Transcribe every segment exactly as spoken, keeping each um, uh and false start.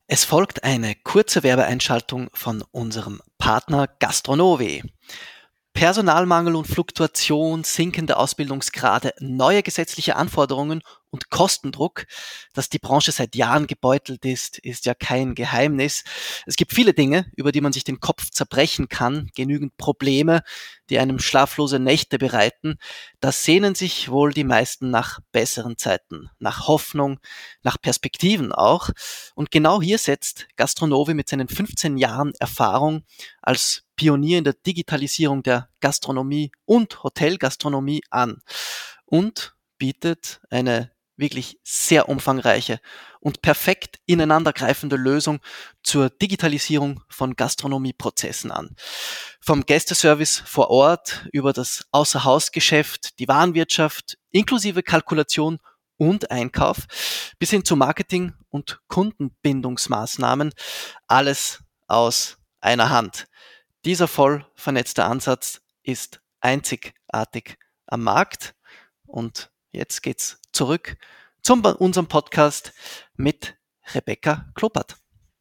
Es folgt eine kurze Werbeeinschaltung von unserem Partner Gastronovi. Personalmangel und Fluktuation, sinkende Ausbildungsgrade, neue gesetzliche Anforderungen und Kostendruck. Dass die Branche seit Jahren gebeutelt ist, ist ja kein Geheimnis. Es gibt viele Dinge, über die man sich den Kopf zerbrechen kann, genügend Probleme, die einem schlaflose Nächte bereiten. Da sehnen sich wohl die meisten nach besseren Zeiten, nach Hoffnung, nach Perspektiven auch. Und genau hier setzt Gastronovi mit seinen fünfzehn Jahren Erfahrung als Pionier in der Digitalisierung der Gastronomie und Hotelgastronomie an und bietet eine wirklich sehr umfangreiche und perfekt ineinandergreifende Lösung zur Digitalisierung von Gastronomieprozessen an. Vom Gästeservice vor Ort über das Außerhausgeschäft, die Warenwirtschaft inklusive Kalkulation und Einkauf bis hin zu Marketing und Kundenbindungsmaßnahmen, alles aus einer Hand. Dieser voll vernetzte Ansatz ist einzigartig am Markt. Und jetzt geht's zurück zu unserem Podcast mit Rebecca Kloppert.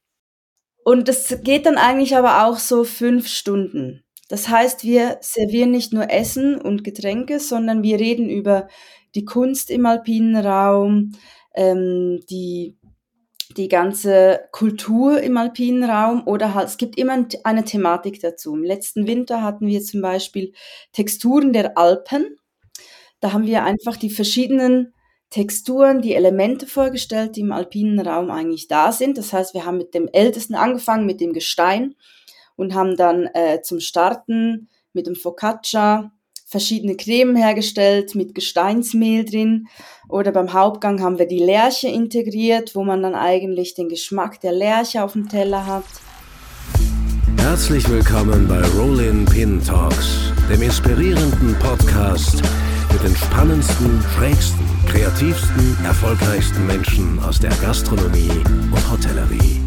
Und das geht dann eigentlich aber auch so fünf Stunden. Das heißt, wir servieren nicht nur Essen und Getränke, sondern wir reden über die Kunst im alpinen Raum, ähm, die die ganze Kultur im alpinen Raum oder halt, es gibt immer eine Thematik dazu. Im letzten Winter hatten wir zum Beispiel Texturen der Alpen. Da haben wir einfach die verschiedenen Texturen, die Elemente vorgestellt, die im alpinen Raum eigentlich da sind. Das heißt, wir haben mit dem Ältesten angefangen, mit dem Gestein und haben dann äh, zum Starten mit dem Focaccia verschiedene Cremen hergestellt mit Gesteinsmehl drin. Oder beim Hauptgang haben wir die Lerche integriert, wo man dann eigentlich den Geschmack der Lerche auf dem Teller hat. Herzlich willkommen bei Rollin Pin Talks, dem inspirierenden Podcast mit den spannendsten, schrägsten, kreativsten, erfolgreichsten Menschen aus der Gastronomie und Hotellerie.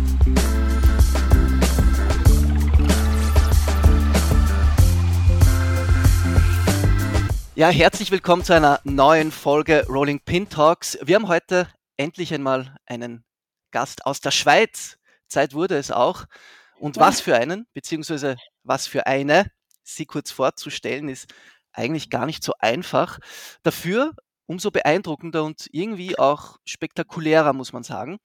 Ja, herzlich willkommen zu einer neuen Folge Rolling Pin Talks. Wir haben heute endlich einmal einen Gast aus der Schweiz. Zeit wurde es auch. Und was für einen, beziehungsweise was für eine, sie kurz vorzustellen, ist eigentlich gar nicht so einfach. Dafür umso beeindruckender und irgendwie auch spektakulärer, muss man sagen.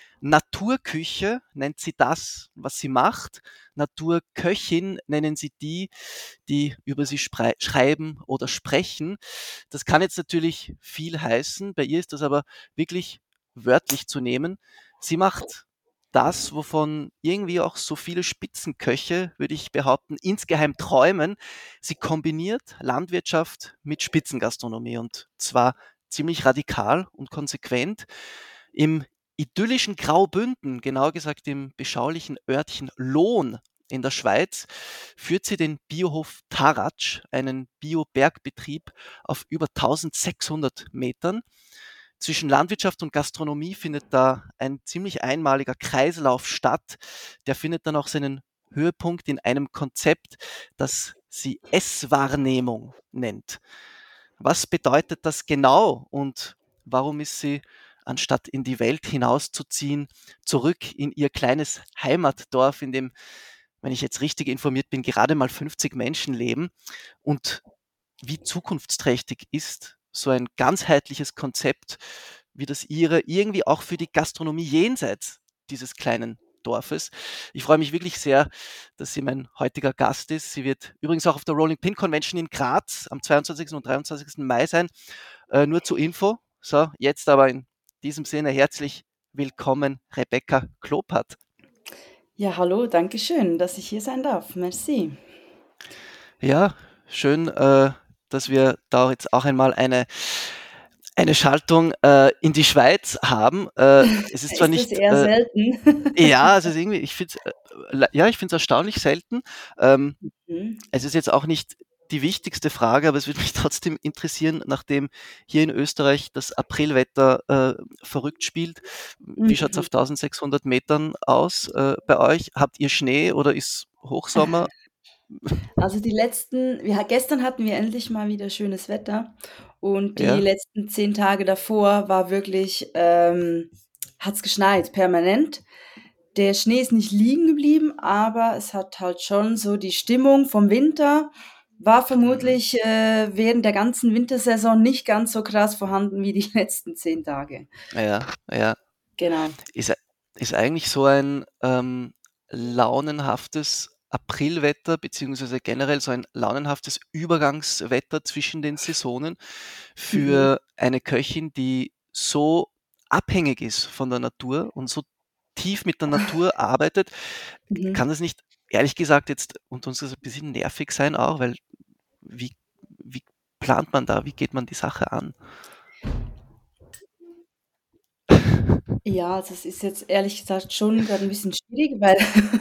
Naturküche nennt sie das, was sie macht. Naturköchin nennen sie die, die über sie sprei- schreiben oder sprechen. Das kann jetzt natürlich viel heißen. Bei ihr ist das aber wirklich wörtlich zu nehmen. Sie macht das, wovon irgendwie auch so viele Spitzenköche, würde ich behaupten, insgeheim träumen. Sie kombiniert Landwirtschaft mit Spitzengastronomie und zwar ziemlich radikal und konsequent. Im idyllischen Graubünden, genauer gesagt im beschaulichen Örtchen Lohn in der Schweiz, führt sie den Biohof Taratsch, einen Bio-Bergbetrieb auf über eintausendsechshundert Metern. Zwischen Landwirtschaft und Gastronomie findet da ein ziemlich einmaliger Kreislauf statt. Der findet dann auch seinen Höhepunkt in einem Konzept, das sie Esswahrnehmung nennt. Was bedeutet das genau und warum ist sie, anstatt in die Welt hinauszuziehen, zurück in ihr kleines Heimatdorf, in dem, wenn ich jetzt richtig informiert bin, gerade mal fünfzig Menschen leben? Und wie zukunftsträchtig ist so ein ganzheitliches Konzept wie das ihre irgendwie auch für die Gastronomie jenseits dieses kleinen Dorfes? Ich freue mich wirklich sehr, dass sie mein heutiger Gast ist. Sie wird übrigens auch auf der Rolling Pin Convention in Graz am zweiundzwanzigsten und dreiundzwanzigsten Mai sein. Äh, nur zur Info. So, jetzt aber in diesem Sinne herzlich willkommen, Rebecca Kloppert. Ja, hallo, danke schön, dass ich hier sein darf. Merci. Ja, schön, äh, dass wir da jetzt auch einmal eine eine Schaltung äh, in die Schweiz haben. Äh, es ist zwar Ist das nicht, eher äh, selten? ja, also irgendwie, ich finde es, äh, ja, ich finde es erstaunlich selten. Ähm, Mhm. es ist jetzt auch nicht die wichtigste Frage, aber es würde mich trotzdem interessieren, nachdem hier in Österreich das Aprilwetter äh, verrückt spielt. Wie schaut es auf Mhm. eintausendsechshundert Metern aus äh, bei euch? Habt ihr Schnee oder ist Hochsommer? Also die letzten, wir, gestern hatten wir endlich mal wieder schönes Wetter und die Ja, letzten zehn Tage davor war wirklich, ähm, hat es geschneit, permanent. der Schnee ist nicht liegen geblieben, aber es hat halt schon so die Stimmung vom Winter war Mhm. vermutlich äh, während der ganzen Wintersaison nicht ganz so krass vorhanden wie die letzten zehn Tage. Ja, ja. Genau. Ist, ist eigentlich so ein ähm, launenhaftes Aprilwetter, beziehungsweise generell so ein launenhaftes Übergangswetter zwischen den Saisonen Mhm. für eine Köchin, die so abhängig ist von der Natur und so tief mit der Natur arbeitet, Mhm. kann das nicht, ehrlich gesagt, jetzt unter uns ein bisschen nervig sein auch, weil wie, wie plant man da, wie geht man die Sache an? Ja, also es ist jetzt ehrlich gesagt schon gerade ein bisschen schwierig, weil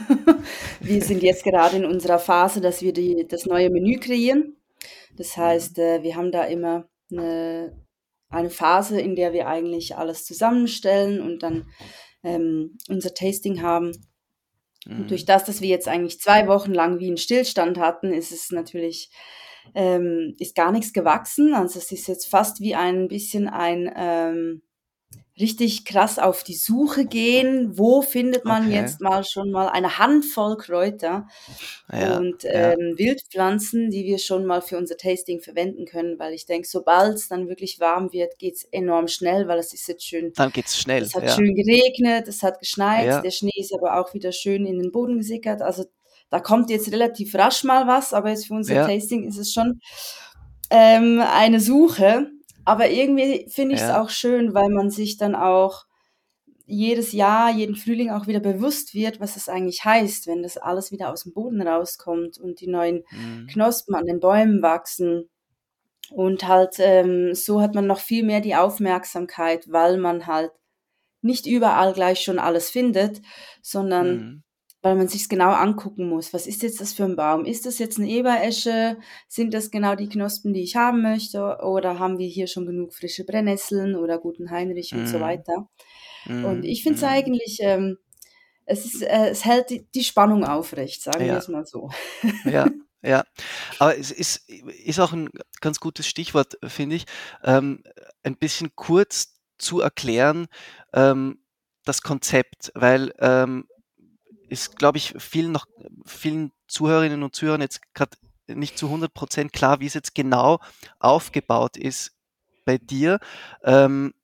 wir sind jetzt gerade in unserer Phase, dass wir die das neue Menü kreieren. Das Mhm. heißt, äh, wir haben da immer 'ne eine Phase, in der wir eigentlich alles zusammenstellen und dann, ähm, unser Tasting haben. Und durch Mhm. das, dass wir jetzt eigentlich zwei Wochen lang wie 'n Stillstand hatten, ist es natürlich ähm, ist gar nichts gewachsen. Also, es ist jetzt fast wie ein bisschen ein, ähm, richtig krass auf die Suche gehen. Wo findet man Okay. jetzt mal schon mal eine Handvoll Kräuter Ja, und, ja. ähm, Wildpflanzen, die wir schon mal für unser Tasting verwenden können, weil ich denke, sobald's dann wirklich warm wird, geht's enorm schnell, weil es ist jetzt schön Dann geht's schnell, es hat ja. schön geregnet, es hat geschneit, Ja, der Schnee ist aber auch wieder schön in den Boden gesickert. Also, da kommt jetzt relativ rasch mal was, aber jetzt für unser ja, Tasting ist es schon, ähm, eine Suche. Aber irgendwie finde ich's ja. auch schön, weil man sich dann auch jedes Jahr, jeden Frühling auch wieder bewusst wird, was es eigentlich heißt, wenn das alles wieder aus'm Boden rauskommt und die neuen Mhm. Knospen an den Bäumen wachsen. Und halt, ähm, so hat man noch viel mehr die Aufmerksamkeit, weil man halt nicht überall gleich schon alles findet, sondern Mhm. weil man sich's genau angucken muss. Was ist jetzt das für 'n Baum? Ist das jetzt 'ne Eberesche? Sind das genau die Knospen, die ich haben möchte? Oder haben wir hier schon genug frische Brennnesseln oder guten Heinrich und so Mhm. weiter? Und Mhm. ich finde es Mhm. eigentlich, ähm es ist äh, es hält die die Spannung aufrecht, sagen Ja, wir's mal so. ja, ja. Aber es ist ist auch 'n ganz gutes Stichwort, finde ich, ähm, ein bisschen kurz zu erklären, ähm, das Konzept, weil, ähm, ist, glaube ich, vielen noch vielen Zuhörerinnen und Zuhörern jetzt grad nicht zu hundert Prozent klar, wie's jetzt genau aufgebaut ist bei dir. Ähm,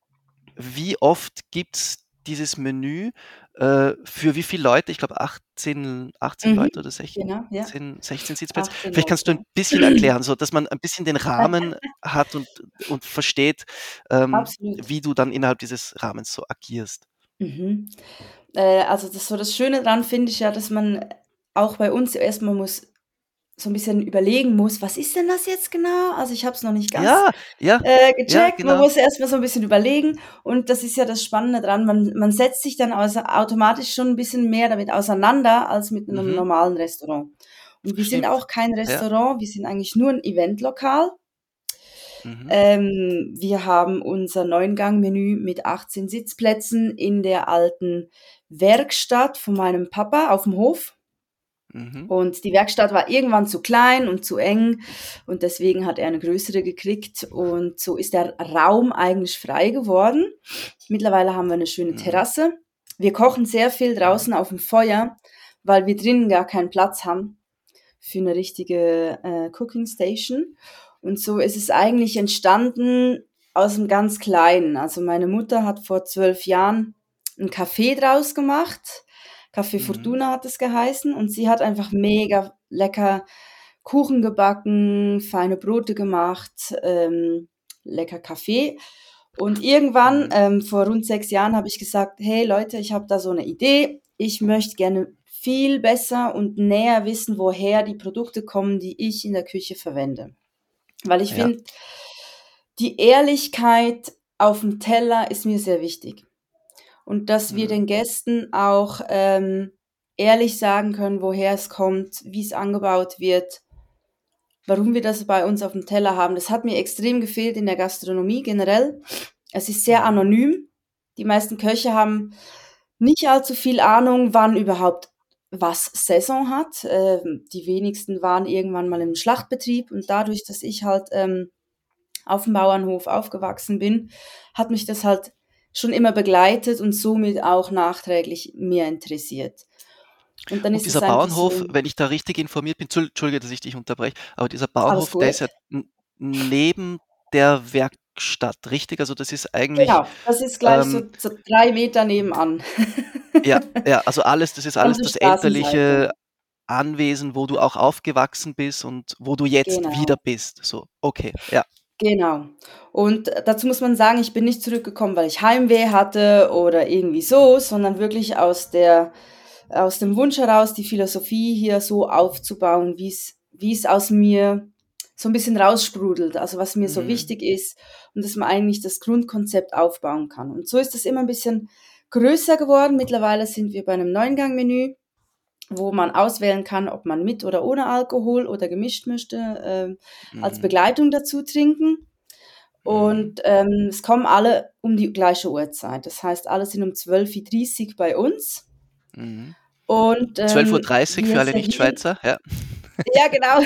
wie oft gibt's dieses Menü? Äh, für wie viele Leute? Ich glaube achtzehn achtzehn Mhm. Leute oder Genau, ja. sechzehn sechzehn Sitzplätze. achtzehn Vielleicht kannst du Leute, ein bisschen ja. erklären, so dass man ein bisschen den Rahmen hat und und versteht, ähm, Absolut. wie du dann innerhalb dieses Rahmens so agierst. Mhm. Äh, also, das so das Schöne dran finde ich ja, dass man auch bei uns erst mal muss so 'n bisschen überlegen muss: „Was ist denn das jetzt genau?“ Also, ich habe es noch nicht ganz, Ja, ja, äh, ja, gecheckt. Man genau. muss erst mal so 'n bisschen überlegen und das ist ja das Spannende dran. Man man setzt sich dann also automatisch schon 'n bisschen mehr damit auseinander als mit 'nem Mhm. normalen Restaurant. Und wir sind Stimmt, auch kein ja. Restaurant, wir sind eigentlich nur 'n Eventlokal. Mhm. Ähm, wir haben unser Neun-Gang-Menü mit achtzehn Sitzplätzen in der alten Werkstatt von meinem Papa auf'm Hof. Mhm. Und die Werkstatt war irgendwann zu klein und zu eng und deswegen hat er 'ne größere gekriegt und so ist der Raum eigentlich frei geworden. Mittlerweile haben wir 'ne schöne Mhm. Terrasse. Wir kochen sehr viel Mhm. draußen auf'm Feuer, weil wir drinnen gar keinen Platz haben für 'ne richtige, äh, Cooking Station. Und so ist es eigentlich entstanden aus'm ganz Kleinen. Also, meine Mutter hat vor zwölf Jahren 'n Café draus gemacht. Café Mhm. Fortuna hat es geheißen und sie hat einfach mega lecker Kuchen gebacken, feine Brote gemacht, ähm, lecker Kaffee. Und irgendwann, Mhm. ähm, vor rund sechs Jahren habe ich gesagt: „Hey Leute, ich habe da so 'ne Idee. Ich möchte gerne viel besser und näher wissen, woher die Produkte kommen, die ich in der Küche verwende.“ Weil ich Ja. finde die Ehrlichkeit auf'm Teller ist mir sehr wichtig. Und dass wir Mhm. den Gästen auch, ähm, ehrlich sagen können, woher es kommt, wie's angebaut wird, warum wir das bei uns auf'm Teller haben. Das hat mir extrem gefehlt in der Gastronomie generell. Es ist sehr Mhm. anonym. Die meisten Köche haben nicht allzu viel Ahnung, wann überhaupt was Saison hat. Ähm, die wenigsten waren irgendwann mal im Schlachtbetrieb und dadurch, dass ich halt, ähm, auf'm Bauernhof aufgewachsen bin, hat mich das halt schon immer begleitet und somit auch nachträglich mir interessiert. Und dann Und ist es dieser einfach Bauernhof, so, wenn ich da richtig informiert bin, Entschul- Entschuldige, dass ich dich unterbreche, aber dieser alles Bauernhof, der ist gut. ja n- neben der Werkstatt, richtig? Also das ist eigentlich, Genau, das ist gleich so, ähm, so drei Meter nebenan. ja, ja, also alles, das ist An alles der das Straßenseite. elterliche Anwesen, wo du auch aufgewachsen bist und wo du jetzt wieder Genau. bist. So, okay, ja. Genau. Und dazu muss man sagen, ich bin nicht zurückgekommen, weil ich Heimweh hatte oder irgendwie so, sondern wirklich aus der, aus dem Wunsch heraus, die Philosophie hier so aufzubauen, wie es, wie es aus mir so ein bisschen raussprudelt, also was mir so Mhm. wichtig ist und dass man eigentlich das Grundkonzept aufbauen kann. Und so ist es immer ein bisschen größer geworden. Mittlerweile sind wir bei einem Neungang-Menü, wo man auswählen kann, ob man mit oder ohne Alkohol oder gemischt möchte, äh, als Mhm. Begleitung dazu trinken. Mhm. Und ähm, es kommen alle um die gleiche Uhrzeit. Das heißt, alle sind um zwölf Uhr dreißig bei uns. Mhm. Und zwölf Uhr ähm, dreißig für wir alle servieren. Nichtschweizer, ja. Ja, genau.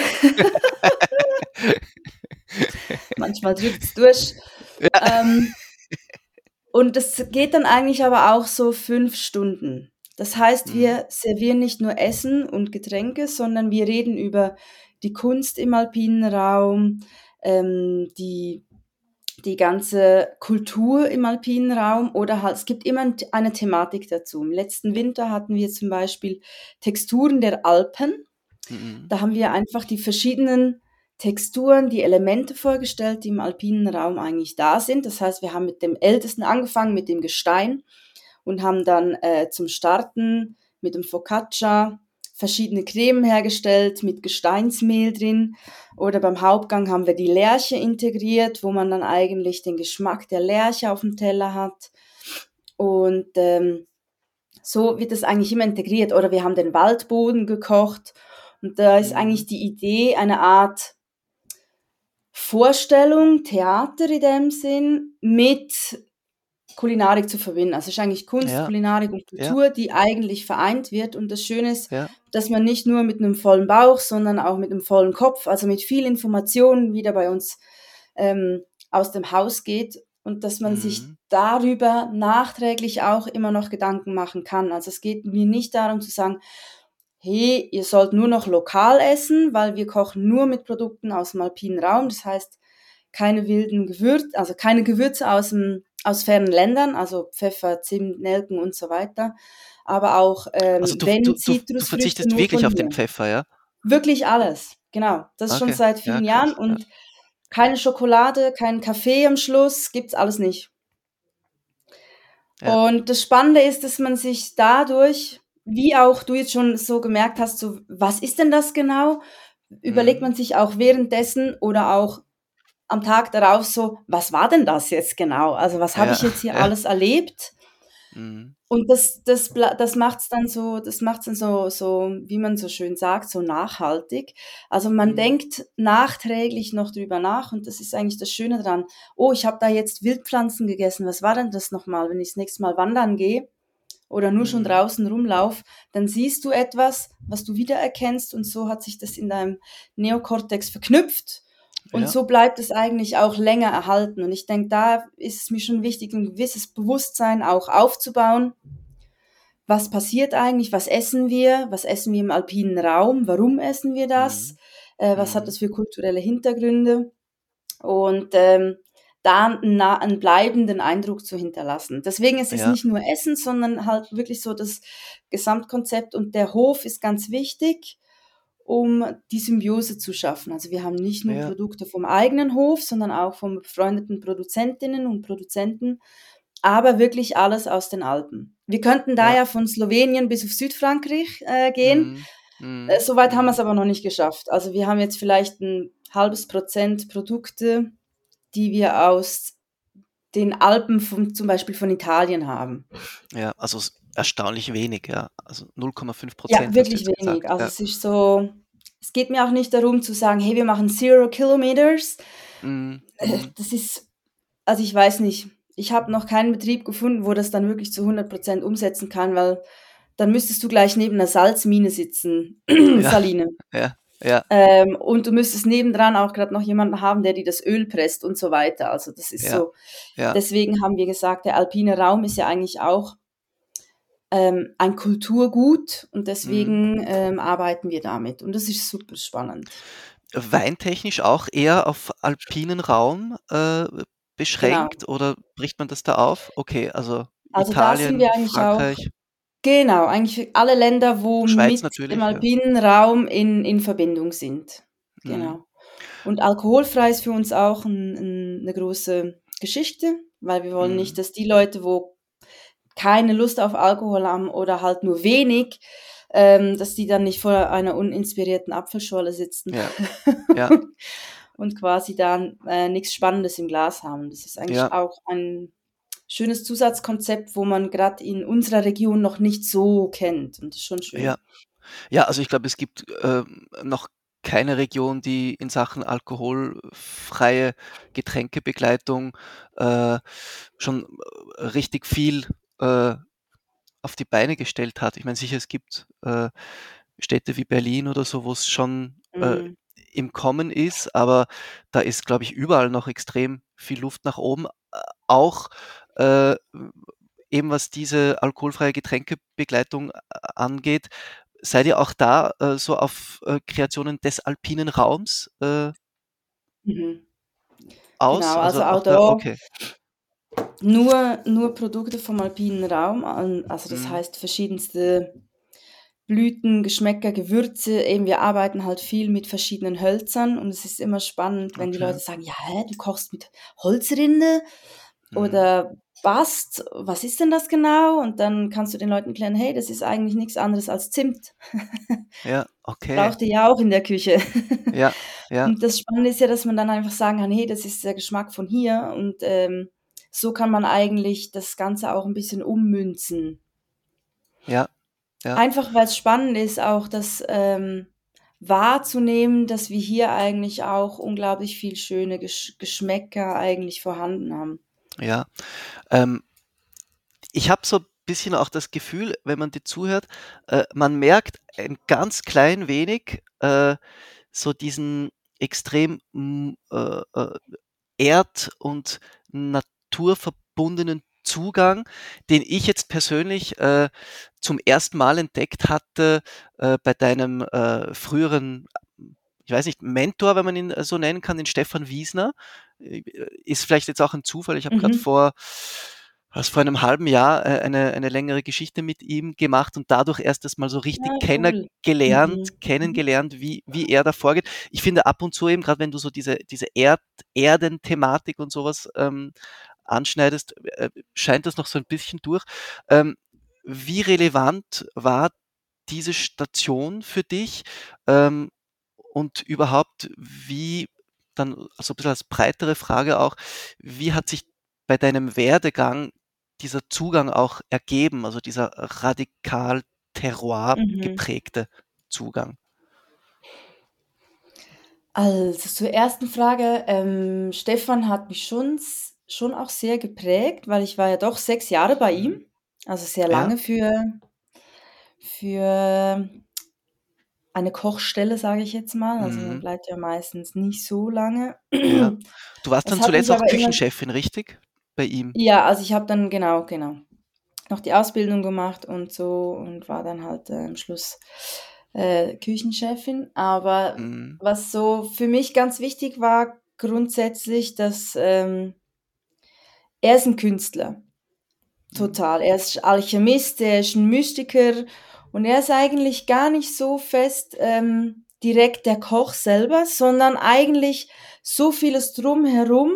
Manchmal drückt es durch. Ja. Ähm, und das geht dann eigentlich aber auch so fünf Stunden. Das heißt, Mhm. wir servieren nicht nur Essen und Getränke, sondern wir reden über die Kunst im alpinen Raum, ähm, die die ganze Kultur im alpinen Raum oder halt, es gibt immer eine Thematik dazu. Im letzten Winter hatten wir zum Beispiel Texturen der Alpen. Mhm. Da haben wir einfach die verschiedenen Texturen, die Elemente vorgestellt, die im alpinen Raum eigentlich da sind. Das heißt, wir haben mit dem Ältesten angefangen, mit dem Gestein und haben dann äh, zum Starten mit dem Focaccia verschiedene Cremen hergestellt mit Gesteinsmehl drin. Oder beim Hauptgang haben wir die Lerche integriert, wo man dann eigentlich den Geschmack der Lerche auf dem Teller hat. Und ähm, so wird das eigentlich immer integriert. Oder wir haben den Waldboden gekocht. Und da ist eigentlich Mhm. die Idee, eine Art Vorstellung, Theater in dem Sinn, mit Kulinarik zu verbinden. Also es ist eigentlich Kunst, Ja, Kulinarik und ja, Kultur, die eigentlich vereint wird. Und das Schöne ist, ja. dass man nicht nur mit einem vollen Bauch, sondern auch mit einem vollen Kopf, also mit viel Information wieder bei uns ähm, aus dem Haus geht und dass man sich Mhm. darüber nachträglich auch immer noch Gedanken machen kann. Also es geht mir nicht darum zu sagen, hey, ihr sollt nur noch lokal essen, weil wir kochen nur mit Produkten aus dem alpinen Raum. Das heißt, keine wilden Gewürze, also keine Gewürze aus, dem, aus fernen Ländern, also Pfeffer, Zimt, Nelken und so weiter. Aber auch, Also ähm, du, wenn du, du, du Zitrusfrüchte, verzichtest nur wirklich von auf den hier. Pfeffer, ja? Wirklich alles, genau. Das schon Okay, seit ja, vielen Jahren krass. Ja, und keine Schokolade, kein Kaffee am Schluss, gibt's alles nicht. ja. Und das Spannende ist, dass man sich dadurch, wie auch du jetzt schon so gemerkt hast, so, was ist denn das genau? Überlegt Mhm. man sich auch währenddessen oder auch am Tag darauf so, was war denn das jetzt genau? Also was habe Ja, ich jetzt hier ja. alles erlebt? Mhm. Und das, das, bla- das macht's dann so, das macht's dann so, so, wie man so schön sagt, so nachhaltig. Also man Mhm. denkt nachträglich noch drüber nach und das ist eigentlich das Schöne dran. Oh, ich habe da jetzt Wildpflanzen gegessen. Was war denn das nochmal? Wenn ich das nächste Mal wandern gehe oder nur schon Mhm. draußen rumlauf, dann siehst du etwas, was du wiedererkennst und so hat sich das in deinem Neokortex verknüpft. Und Ja. so bleibt es eigentlich auch länger erhalten. Und ich denke, da ist es mir schon wichtig, ein gewisses Bewusstsein auch aufzubauen. Was passiert eigentlich? Was essen wir? Was essen wir im alpinen Raum? Warum essen wir das? Mhm. Äh, was hat Mhm. das für kulturelle Hintergründe? Und ähm, da einen, einen bleibenden Eindruck zu hinterlassen. Deswegen ist es Ja. nicht nur Essen, sondern halt wirklich so das Gesamtkonzept. Und der Hof ist ganz wichtig, um die Symbiose zu schaffen. Also wir haben nicht nur Ja. Produkte vom eigenen Hof, sondern auch von befreundeten Produzentinnen und Produzenten, aber wirklich alles aus den Alpen. Wir könnten da Ja. ja von Slowenien bis auf Südfrankreich äh, gehen. Mhm. Äh, Mhm. Soweit haben wir es Mhm. aber noch nicht geschafft. Also wir haben jetzt vielleicht ein halbes Prozent Produkte, die wir aus den Alpen vom, zum Beispiel von Italien haben. Ja, also s- erstaunlich wenig, ja. Also null Komma fünf Ja, Prozent hast du wirklich jetzt wenig. gesagt. Also Ja. es ist so, es geht mir auch nicht darum zu sagen, hey, wir machen Zero Kilometers. Mhm. Äh, Mhm. Das ist, also ich weiß nicht, ich habe noch keinen Betrieb gefunden, wo das dann wirklich zu hundert Prozent umsetzen kann, weil dann müsstest du gleich neben einer Salzmine sitzen, Ja. Saline. Ja. Ja, Ähm, und du müsstest nebendran auch gerade noch jemanden haben, der dir das Öl presst und so weiter. Also das ist ja, so, ja. deswegen haben wir gesagt, der alpine Raum ist ja eigentlich auch ähm, ein Kulturgut und Mhm. deswegen ähm, arbeiten wir damit. Und das ist super spannend. Weintechnisch auch eher auf alpinen Raum äh, Genau. beschränkt oder bricht man das da auf? Okay, also Also da sind wir Italien, eigentlich auch, Frankreich, genau, eigentlich für alle Länder, wo Schweiz mit dem natürlich, ja. alpinen Raum in, in Verbindung sind. Mhm. Genau. Und alkoholfrei ist für uns auch ein, ein, eine große Geschichte, weil wir wollen nicht, Mhm. dass die Leute, wo keine Lust auf Alkohol haben oder halt nur wenig, ähm, dass die dann nicht vor einer uninspirierten Apfelschorle sitzen Ja, ja, und quasi dann äh, nichts Spannendes im Glas haben. Das ist eigentlich ja, auch ein schönes Zusatzkonzept, wo man gerade in unserer Region noch nicht so kennt. Und das ist schon ja. schön. Ja, also ich glaube, es gibt ähm, noch keine Region, die in Sachen alkoholfreie Getränkebegleitung äh, schon äh, richtig viel äh, auf die Beine gestellt hat. Ich meine, sicher, es gibt äh, Städte wie Berlin oder so, wo es schon äh, Mhm. im Kommen ist, aber da ist, glaube ich, überall noch extrem viel Luft nach oben. Äh, Auch äh, eben was diese alkoholfreie Getränkebegleitung a angeht. Seid ihr auch da äh, so auf äh, Kreationen des alpinen Raums äh, Mhm. aus? Genau, also Also auch auch da, da okay. nur, nur Produkte vom alpinen Raum, an- also das Mhm. heißt verschiedenste Blüten, Geschmäcker, Gewürze. Eben, wir arbeiten halt viel mit verschiedenen Hölzern und es ist immer spannend, wenn die Okay. Leute sagen, ja, hä, du kochst mit Holzrinde Mhm. oder Bast, was ist denn das genau? Und dann kannst du den Leuten erklären, hey, das ist eigentlich nichts anderes als Zimt. Ja, Das okay. braucht ihr ja auch in der Küche. Ja, ja, Und das Spannende ist ja, dass man dann einfach sagen kann, hey, das ist der Geschmack von hier und ähm, so kann man eigentlich das Ganze auch ein bisschen ummünzen. ja, ja, Einfach weil es spannend ist, auch das ähm, wahrzunehmen, dass wir hier eigentlich auch unglaublich viel schöne Gesch Geschmäcker eigentlich vorhanden haben. ja. Ähm, ich habe so ein bisschen auch das Gefühl, wenn man dir zuhört, äh, man merkt ein ganz klein wenig äh, so diesen extrem mm, äh, äh, erd- und naturverbundenen Zugang, den ich jetzt persönlich äh, zum ersten Mal entdeckt hatte äh, bei deinem äh, früheren, ich weiß nicht, Mentor, wenn man ihn äh, so nennen kann, den Stefan Wiesner. Äh, Ist vielleicht jetzt auch ein Zufall. Ich habe gerade Mhm. vor, was, vor einem halben Jahr äh, eine, eine längere Geschichte mit ihm gemacht und dadurch erst das mal so richtig Ah, cool. kennengelernt, Mhm. Mhm. kennengelernt, wie, wie er da vorgeht. Ich finde ab und zu eben, gerade wenn du so diese, diese Erd, Erden-Thematik und sowas ähm, anschneidest, äh, scheint das noch so ein bisschen durch. Ähm, wie relevant war diese Station für dich? Ähm, und überhaupt, wie dann so ein bisschen als breitere Frage auch, wie hat sich bei deinem Werdegang dieser Zugang auch ergeben, also dieser radikal Terroir Mhm. geprägte Zugang? Also zur ersten Frage, ähm, Stefan hat mich schon, s- schon auch sehr geprägt, weil ich war ja doch sechs Jahre bei Mhm. ihm, also sehr Ja, lange für, für eine Kochstelle, sage ich jetzt mal. Also man mhm. bleibt ja meistens nicht so lange. Ja. Du warst Es dann hat zuletzt mich auch aber immer, Küchenchefin, richtig? Bei ihm? ja, also ich habe dann genau, genau, noch die Ausbildung gemacht und so und war dann halt äh, am Schluss äh, Küchenchefin. Aber Mhm. was so für mich ganz wichtig war, grundsätzlich, dass ähm, er ist ein Künstler, Mhm. total. Er ist Alchemist, er ist ein Mystiker und er ist eigentlich gar nicht so fest ähm, direkt der Koch selber, sondern eigentlich so vieles drumherum,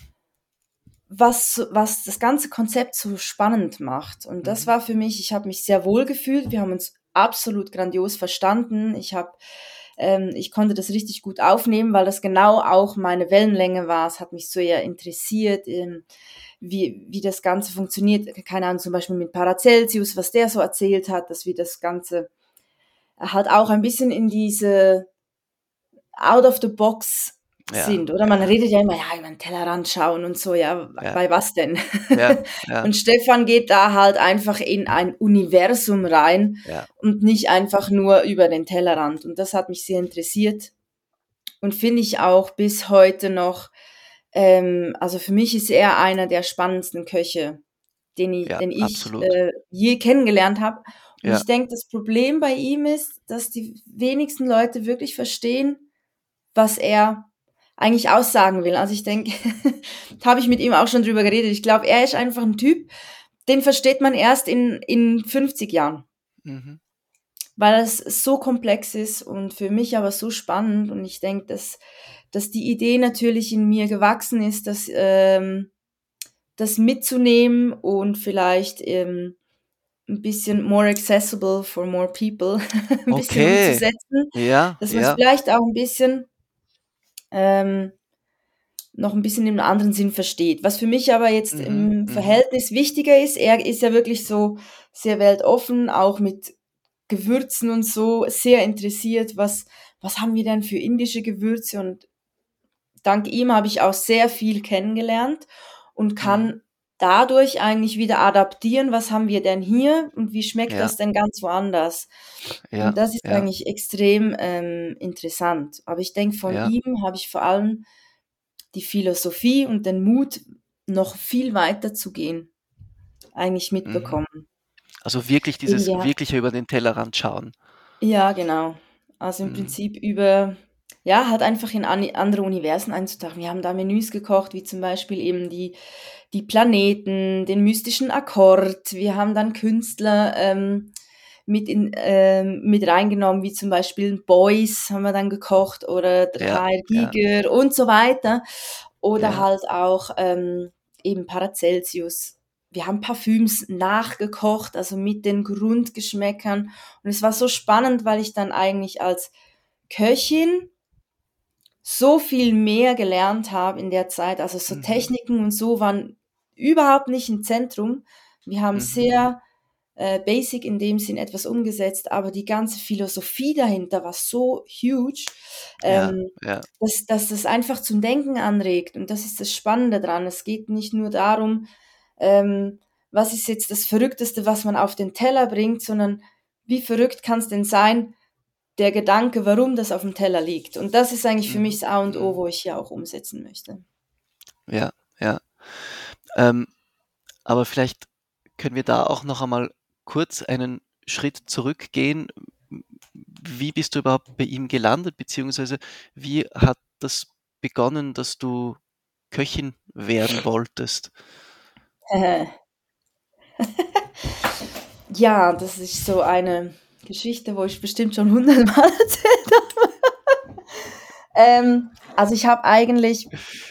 was, was das ganze Konzept so spannend macht. Und das Mhm. war für mich, ich habe mich sehr wohl gefühlt. Wir haben uns absolut grandios verstanden. Ich habe, ähm, ich konnte das richtig gut aufnehmen, weil das genau auch meine Wellenlänge war. Es hat mich so eher interessiert, ähm, wie, wie das Ganze funktioniert. Keine Ahnung, zum Beispiel mit Paracelsius, was der so erzählt hat, dass wir das Ganze halt auch ein bisschen in diese out of the box Ja, sind, oder? ja, Man ja. redet ja immer, ja, über den Tellerrand schauen und so, ja, Ja, bei was denn? ja, ja, Und Stefan geht da halt einfach in ein Universum rein ja. und nicht einfach nur über den Tellerrand. Und das hat mich sehr interessiert und finde ich auch bis heute noch, ähm, also für mich ist er einer der spannendsten Köche, den ich, Ja, den ich absolut. äh, je kennengelernt habe. Und Ja, ich denke, das Problem bei ihm ist, dass die wenigsten Leute wirklich verstehen, was er eigentlich aussagen will. Also ich denke, da habe ich mit ihm auch schon drüber geredet. Ich glaube, er ist einfach ein Typ, den versteht man erst in, in fünfzig Jahren, mhm. weil es so komplex ist und für mich aber so spannend. Und ich denke, dass, dass die Idee natürlich in mir gewachsen ist, dass, ähm, das mitzunehmen und vielleicht ähm, ein bisschen more accessible for more people ein bisschen Okay. umzusetzen, Ja, dass man es ja. vielleicht auch ein bisschen ähm, noch ein bisschen im anderen Sinn versteht. Was für mich aber jetzt Mhm, im mhm. Verhältnis wichtiger ist, er ist ja wirklich so sehr weltoffen, auch mit Gewürzen und so, sehr interessiert, was was haben wir denn für indische Gewürze, und dank ihm habe ich auch sehr viel kennengelernt und Mhm. kann dadurch eigentlich wieder adaptieren, was haben wir denn hier und wie schmeckt Ja, das denn ganz woanders? ja, Und das ist ja, eigentlich extrem ähm, interessant. Aber ich denke, von ja. ihm habe ich vor allem die Philosophie und den Mut, noch viel weiter zu gehen, eigentlich Mhm. mitbekommen. Also wirklich dieses Irgendwie ha wirkliche über den Tellerrand schauen. Ja, genau. Also, im Mhm. Prinzip über ja, halt einfach in ani andere Universen einzutauchen. Wir haben da Menüs gekocht, wie zum Beispiel eben die die Planeten, den mystischen Akkord. Wir haben dann Künstler, ähm, mit in ähm, mit reingenommen, wie zum Beispiel Beuys haben wir dann gekocht oder der Ja, H R. ja, Giger und so weiter. Oder ja. halt auch, ähm, eben Paracelsius. Wir haben Parfüms nachgekocht, also mit den Grundgeschmäckern. Und es war so spannend, weil ich dann eigentlich als Köchin so viel mehr gelernt habe in der Zeit. Also so Mhm. Techniken und so waren überhaupt nicht im Zentrum. Wir haben Mhm. sehr äh, basic in dem Sinn etwas umgesetzt, aber die ganze Philosophie dahinter war so huge, Ja, ähm, ja. dass, dass das einfach zum Denken anregt. Und das ist das Spannende dran. Es geht nicht nur darum, ähm, was ist jetzt das Verrückteste, was man auf den Teller bringt, sondern wie verrückt kann es denn sein, der Gedanke, warum das auf dem Teller liegt. Und das ist eigentlich für mich Mhm. das A und O, Mhm. wo ich hier auch umsetzen möchte. Ja, ja. Ähm, aber vielleicht können wir da auch noch einmal kurz einen Schritt zurückgehen. Wie bist du überhaupt bei ihm gelandet, beziehungsweise wie hat das begonnen, dass du Köchin werden wolltest? Ja, das ist so eine Geschichte, wo ich bestimmt schon hundertmal erzählt habe. Ähm, also ich habe eigentlich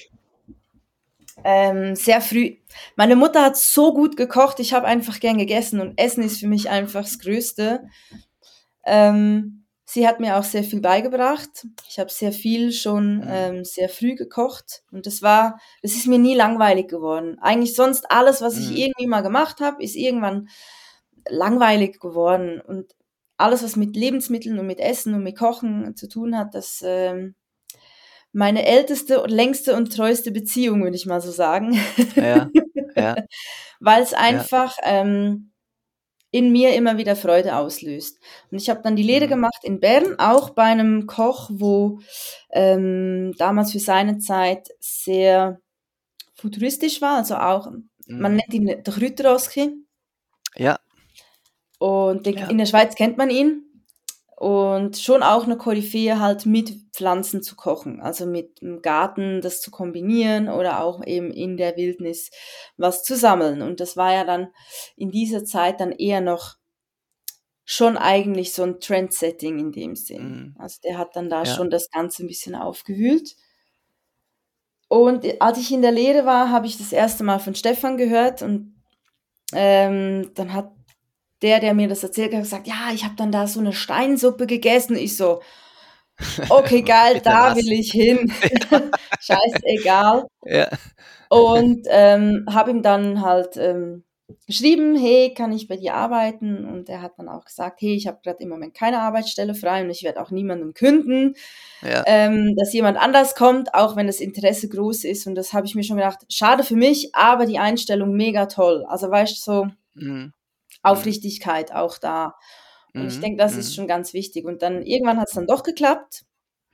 ähm, sehr früh, meine Mutter hat so gut gekocht, ich habe einfach gern gegessen und Essen ist für mich einfach das Größte. Ähm, sie hat mir auch sehr viel beigebracht. Ich habe sehr viel schon Mhm. ähm, sehr früh gekocht und das war, das ist mir nie langweilig geworden. Eigentlich sonst alles, was ich Mhm. irgendwie mal gemacht habe, ist irgendwann langweilig geworden, und alles, was mit Lebensmitteln und mit Essen und mit Kochen zu tun hat, das ähm, meine älteste und längste und treueste Beziehung, würde ich mal so sagen. Ja, ja, Weil es ja. einfach ähm, in mir immer wieder Freude auslöst. Und ich habe dann die Lehre Mhm. gemacht in Bern, auch bei einem Koch, wo ähm, damals für seine Zeit sehr futuristisch war, also auch, man Mhm. nennt ihn der Kräuterowski, Ja, und den, ja. in der Schweiz kennt man ihn. Und schon auch eine Koryphäe, halt mit Pflanzen zu kochen, also mit im Garten das zu kombinieren oder auch eben in der Wildnis was zu sammeln. Und das war ja dann in dieser Zeit dann eher noch schon eigentlich so ein Trendsetting in dem Sinn. Mhm. Also der hat dann da Ja. schon das Ganze ein bisschen aufgewühlt. Und als ich in der Lehre war, habe ich das erste Mal von Stefan gehört, und ähm, dann hat der, der mir das erzählt hat, gesagt, ja, ich habe dann da so eine Steinsuppe gegessen. Ich so, okay, geil, Bitte da was? will ich hin. Scheißegal. Ja. Und ähm, habe ihm dann halt ähm, geschrieben, hey, kann ich bei dir arbeiten? Und er hat dann auch gesagt, hey, ich habe gerade im Moment keine Arbeitsstelle frei und ich werde auch niemandem künden, Ja. ähm, dass jemand anders kommt, auch wenn das Interesse groß ist. Und das habe ich mir schon gedacht, schade für mich, aber die Einstellung mega toll. Also weißt du, so Mhm. Mhm. Aufrichtigkeit auch da. Und ich Mhm. denke, das ist Mhm. schon ganz wichtig. Und dann irgendwann hat es dann doch geklappt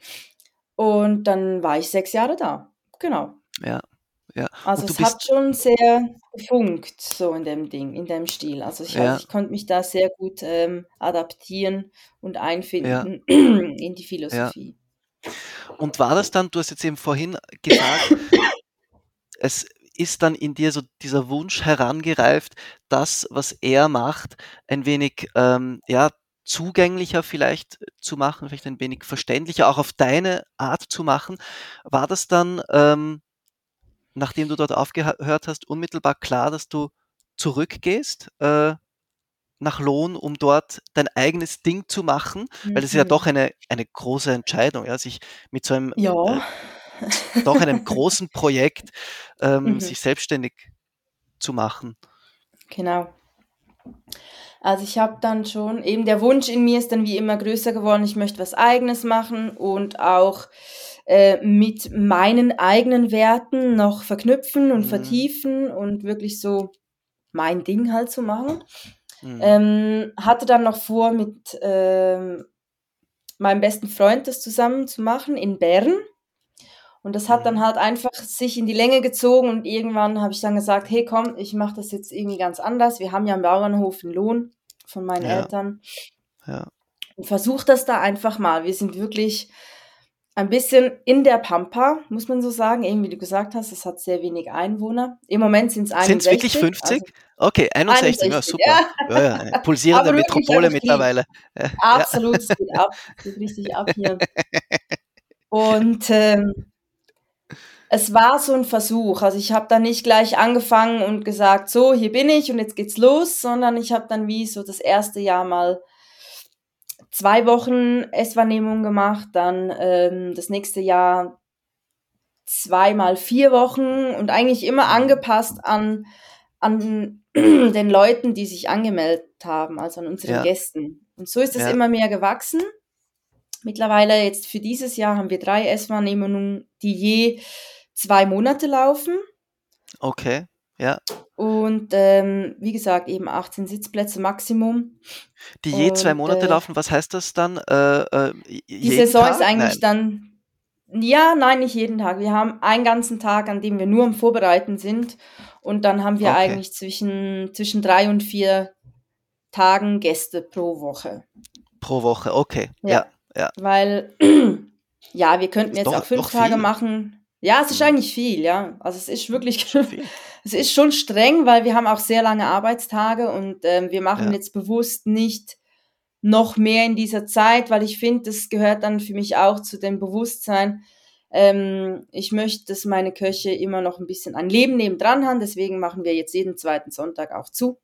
und dann war ich sechs Jahre da. Genau. Ja, ja. Also Und du es hat bist, schon sehr gefunkt, so in dem Ding, in dem Stil. Also ich, also ja, ich konnte mich da sehr gut ähm, adaptieren und ja, einfinden in die ja. Philosophie. Und war das dann, du hast jetzt eben vorhin gesagt, es ist dann in dir so dieser Wunsch herangereift, das, was er macht, ein wenig ähm, ja, zugänglicher vielleicht zu machen, vielleicht ein wenig verständlicher, auch auf deine Art zu machen. War das dann, ähm, nachdem du dort aufgehört hast, unmittelbar klar, dass du zurückgehst äh, nach Lohn, um dort dein eigenes Ding zu machen? Weil das ist ja doch Mhm. eine, eine große Entscheidung, ja, sich mit so einem Ja. äh, doch einem großen Projekt ähm, Mhm. sich selbstständig zu machen. Genau. Also ich habe dann schon, eben der Wunsch in mir ist dann wie immer größer geworden, ich möchte was Eigenes machen und auch äh, mit meinen eigenen Werten noch verknüpfen und Mhm. vertiefen und wirklich so mein Ding halt zu machen. Mhm. Ähm, hatte dann noch vor, mit ähm, meinem besten Freund das zusammen zu machen in Bern. Und das hat dann Mhm. halt einfach sich in die Länge gezogen und irgendwann habe ich dann gesagt, hey komm, ich mache das jetzt irgendwie ganz anders. Wir haben ja einen Bauernhof in Lohn von meinen Ja, Eltern ja. und versuch das da einfach mal. Wir sind wirklich ein bisschen in der Pampa, muss man so sagen. Eben wie du gesagt hast, es hat sehr wenig Einwohner. Im Moment sind es Sind es wirklich einundsechzig, fünfzig? also Okay, einundsechzig, ja einundsechzig, super. ja. Ja, ja, eine pulsierende Aber wirklich Metropole effektiv. mittlerweile. Ja, ja. Absolut, es geht ab. Es geht richtig ab hier. Und ähm, es war so ein Versuch. Also, ich habe da nicht gleich angefangen und gesagt: „So, hier bin ich und jetzt geht's los“, sondern ich habe dann wie so das erste Jahr mal zwei Wochen Esswahrnehmung gemacht, dann, ähm, das nächste Jahr zweimal vier Wochen und eigentlich immer Mhm. angepasst an an den Leuten, die sich angemeldet haben, also an unseren Ja, Gästen. Und so ist es ja. immer mehr gewachsen. Mittlerweile jetzt für dieses Jahr haben wir drei Esswahrnehmungen, die je zwei Monate laufen. Okay, ja. Und ähm, wie gesagt, eben achtzehn Sitzplätze Maximum. Die je zwei Und Monate äh, laufen, was heißt das dann? Äh, äh, j- die jeden Saison ist Tag? eigentlich Nein. dann, ja, nein, nicht jeden Tag. Wir haben einen ganzen Tag, an dem wir nur am Vorbereiten sind. Und dann haben wir Okay, eigentlich zwischen, zwischen drei und vier Tagen Gäste pro Woche. pro Woche. Okay, ja, Ja, ja. weil, ja, wir könnten Ist jetzt doch, auch fünf doch Tage viel. machen. Ja, es ist Mhm. eigentlich viel, ja. Also es ist wirklich, Schon viel. es ist schon streng, weil wir haben auch sehr lange Arbeitstage und ähm, wir machen Ja, jetzt bewusst nicht noch mehr in dieser Zeit, weil ich finde, das gehört dann für mich auch zu dem Bewusstsein. Ähm, ich möchte, dass meine Köche immer noch ein bisschen ein Leben nebendran haben, deswegen machen wir jetzt jeden zweiten Sonntag auch zu.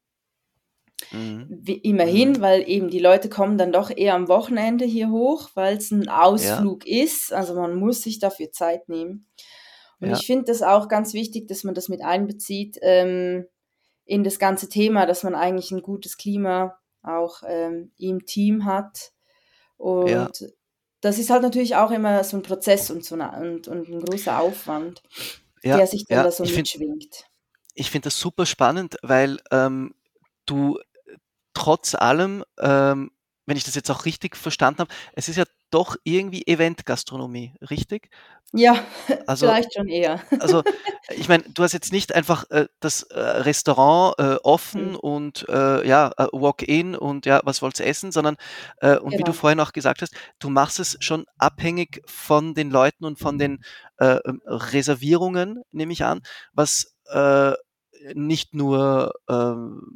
mhm. Wie, Mhm. immerhin, weil eben die Leute kommen dann doch eher am Wochenende hier hoch, weil es ein Ja, Ausflug ist. Also man muss sich dafür Zeit nehmen. Und ja, ich finde das auch ganz wichtig, dass man das mit einbezieht ähm, in das ganze Thema, dass man eigentlich ein gutes Klima auch ähm, im Team hat. ja, Und das ist halt natürlich auch immer so ein Prozess und, so eine, und, und ein großer Aufwand, ja, der sich dann ja. da so Ich finde, mitschwingt. ich finde das super spannend, weil ähm, du trotz allem, ähm, wenn ich das jetzt auch richtig verstanden habe, es ist ja doch irgendwie Eventgastronomie, richtig? Ja, Also, vielleicht schon eher. also ich meine, du hast jetzt nicht einfach äh, das äh, Restaurant äh, Hm, offen und äh, ja, äh, Walk-in und ja, was wollt's essen, sondern äh, und wie du genau, vorhin auch gesagt hast, du machst es schon abhängig von den Leuten und von den äh, ähm, Reservierungen, nehme ich an, was äh, nicht nur ähm,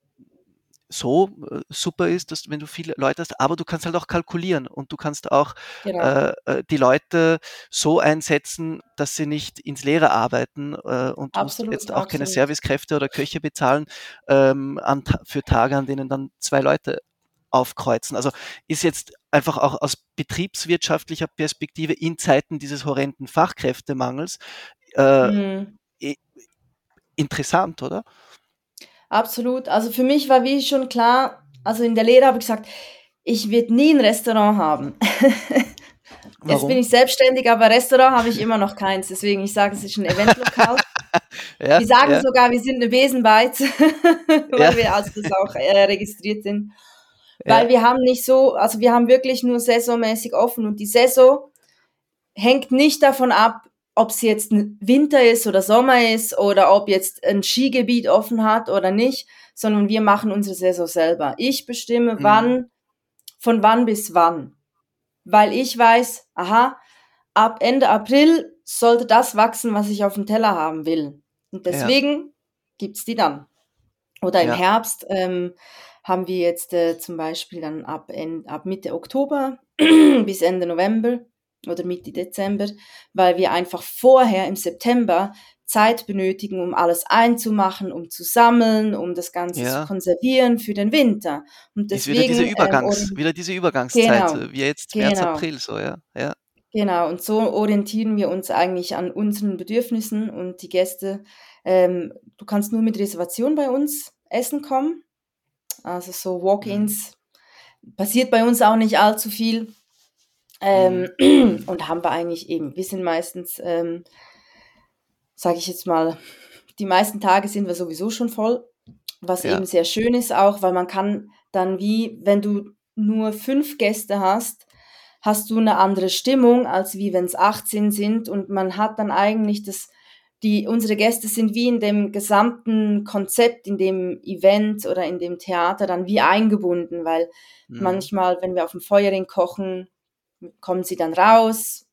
so äh, super ist, dass wenn du viele Leute hast, aber du kannst halt auch kalkulieren und du kannst auch genau. äh, äh, die Leute so einsetzen, dass sie nicht ins Leere arbeiten äh, und du musst Absolut, jetzt auch keine absolut. Servicekräfte oder Köche bezahlen ähm, an, Ta- für Tage, an denen dann zwei Leute aufkreuzen. Also ist jetzt einfach auch aus betriebswirtschaftlicher Perspektive in Zeiten dieses horrenden Fachkräftemangels äh, Mhm. i- interessant, oder? absolut. Also für mich war wie schon klar, also in der Lehre habe ich gesagt, ich werde nie ein Restaurant haben. Jetzt bin Warum? ich selbstständig, aber Restaurant habe ich immer noch keins. Deswegen, ich sage, es ist ein Eventlokal. Ja, Wir sagen ja, sogar, wir sind eine Besenbeiz, weil ja, wir als das auch äh, registriert sind. ja. Weil wir haben nicht so, also wir haben wirklich nur saisonmäßig offen und die Saison hängt nicht davon ab, ob es jetzt ein Winter ist oder Sommer ist oder ob jetzt ein Skigebiet offen hat oder nicht, sondern wir machen unsere Saison selber. Ich bestimme, Mhm. wann, von wann bis wann. Weil ich weiß, aha, ab Ende April sollte das wachsen, was ich auf dem Teller haben will. Und Ja, deswegen gibt's die dann. Oder im ja, Herbst ähm, haben wir jetzt äh, zum Beispiel dann ab, en- ab Mitte Oktober bis Ende November oder Mitte Dezember, weil wir einfach vorher im September Zeit benötigen, um alles einzumachen, um zu sammeln, um das Ganze zu ja. konservieren für den Winter. Und Ist wieder diese deswegen, ähm, Übergangs, orient- wieder diese Übergangszeit, genau, so wie jetzt März, genau. April, so, ja, ja. Genau, und so orientieren wir uns eigentlich an unseren Bedürfnissen und die Gäste. Ähm, du kannst nur mit Reservation bei uns essen kommen. Also so Mhm. Walk-ins passiert bei uns auch nicht allzu viel. Ähm, Mhm. und haben wir eigentlich eben, wir sind meistens, ähm, sage ich jetzt mal, die meisten Tage sind wir sowieso schon voll, was Ja, eben sehr schön ist auch, weil man kann dann wie, wenn du nur fünf Gäste hast, hast du eine andere Stimmung, als wie wenn es achtzehn sind und man hat dann eigentlich das, die, unsere Gäste sind wie in dem gesamten Konzept, in dem Event oder in dem Theater dann wie eingebunden, weil mhm. manchmal, wenn wir auf dem Feuerring kochen, kommen sie dann raus,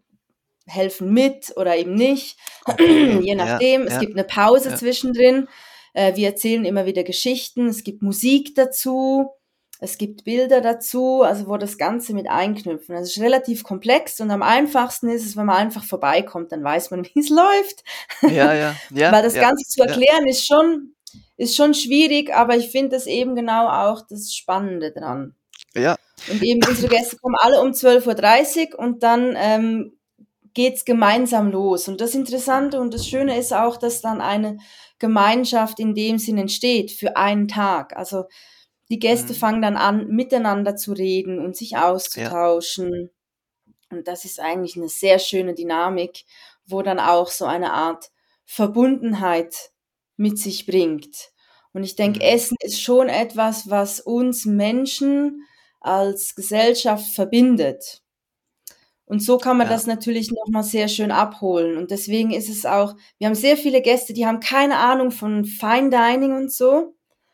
helfen mit oder eben nicht, Okay, je ja, nachdem. Es ja, gibt eine Pause ja. zwischendrin. Äh, wir erzählen immer wieder Geschichten. Es gibt Musik dazu. Es gibt Bilder dazu, also wo das Ganze mit einknüpfen. Also es ist relativ komplex und am einfachsten ist es, wenn man einfach vorbeikommt, dann weiß man, wie es läuft. Ja, ja, ja, Weil das ja, Ganze zu ja, erklären ist schon, ist schon schwierig, aber ich finde das eben genau auch das Spannende dran. ja, Und eben unsere Gäste kommen alle um zwölf Uhr dreißig und dann ähm, geht's gemeinsam los. Und das Interessante und das Schöne ist auch, dass dann eine Gemeinschaft in dem Sinn entsteht für einen Tag. Also die Gäste mhm. fangen dann an, miteinander zu reden und sich Ja, auszutauschen. Und das ist eigentlich eine sehr schöne Dynamik, wo dann auch so eine Art Verbundenheit mit sich bringt. Und ich denke, mhm. Essen ist schon etwas, was uns Menschen als Gesellschaft verbindet. Und so kann man Ja, das natürlich nochmal sehr schön abholen. Und deswegen ist es auch, wir haben sehr viele Gäste, die haben keine Ahnung von Fine Dining und so,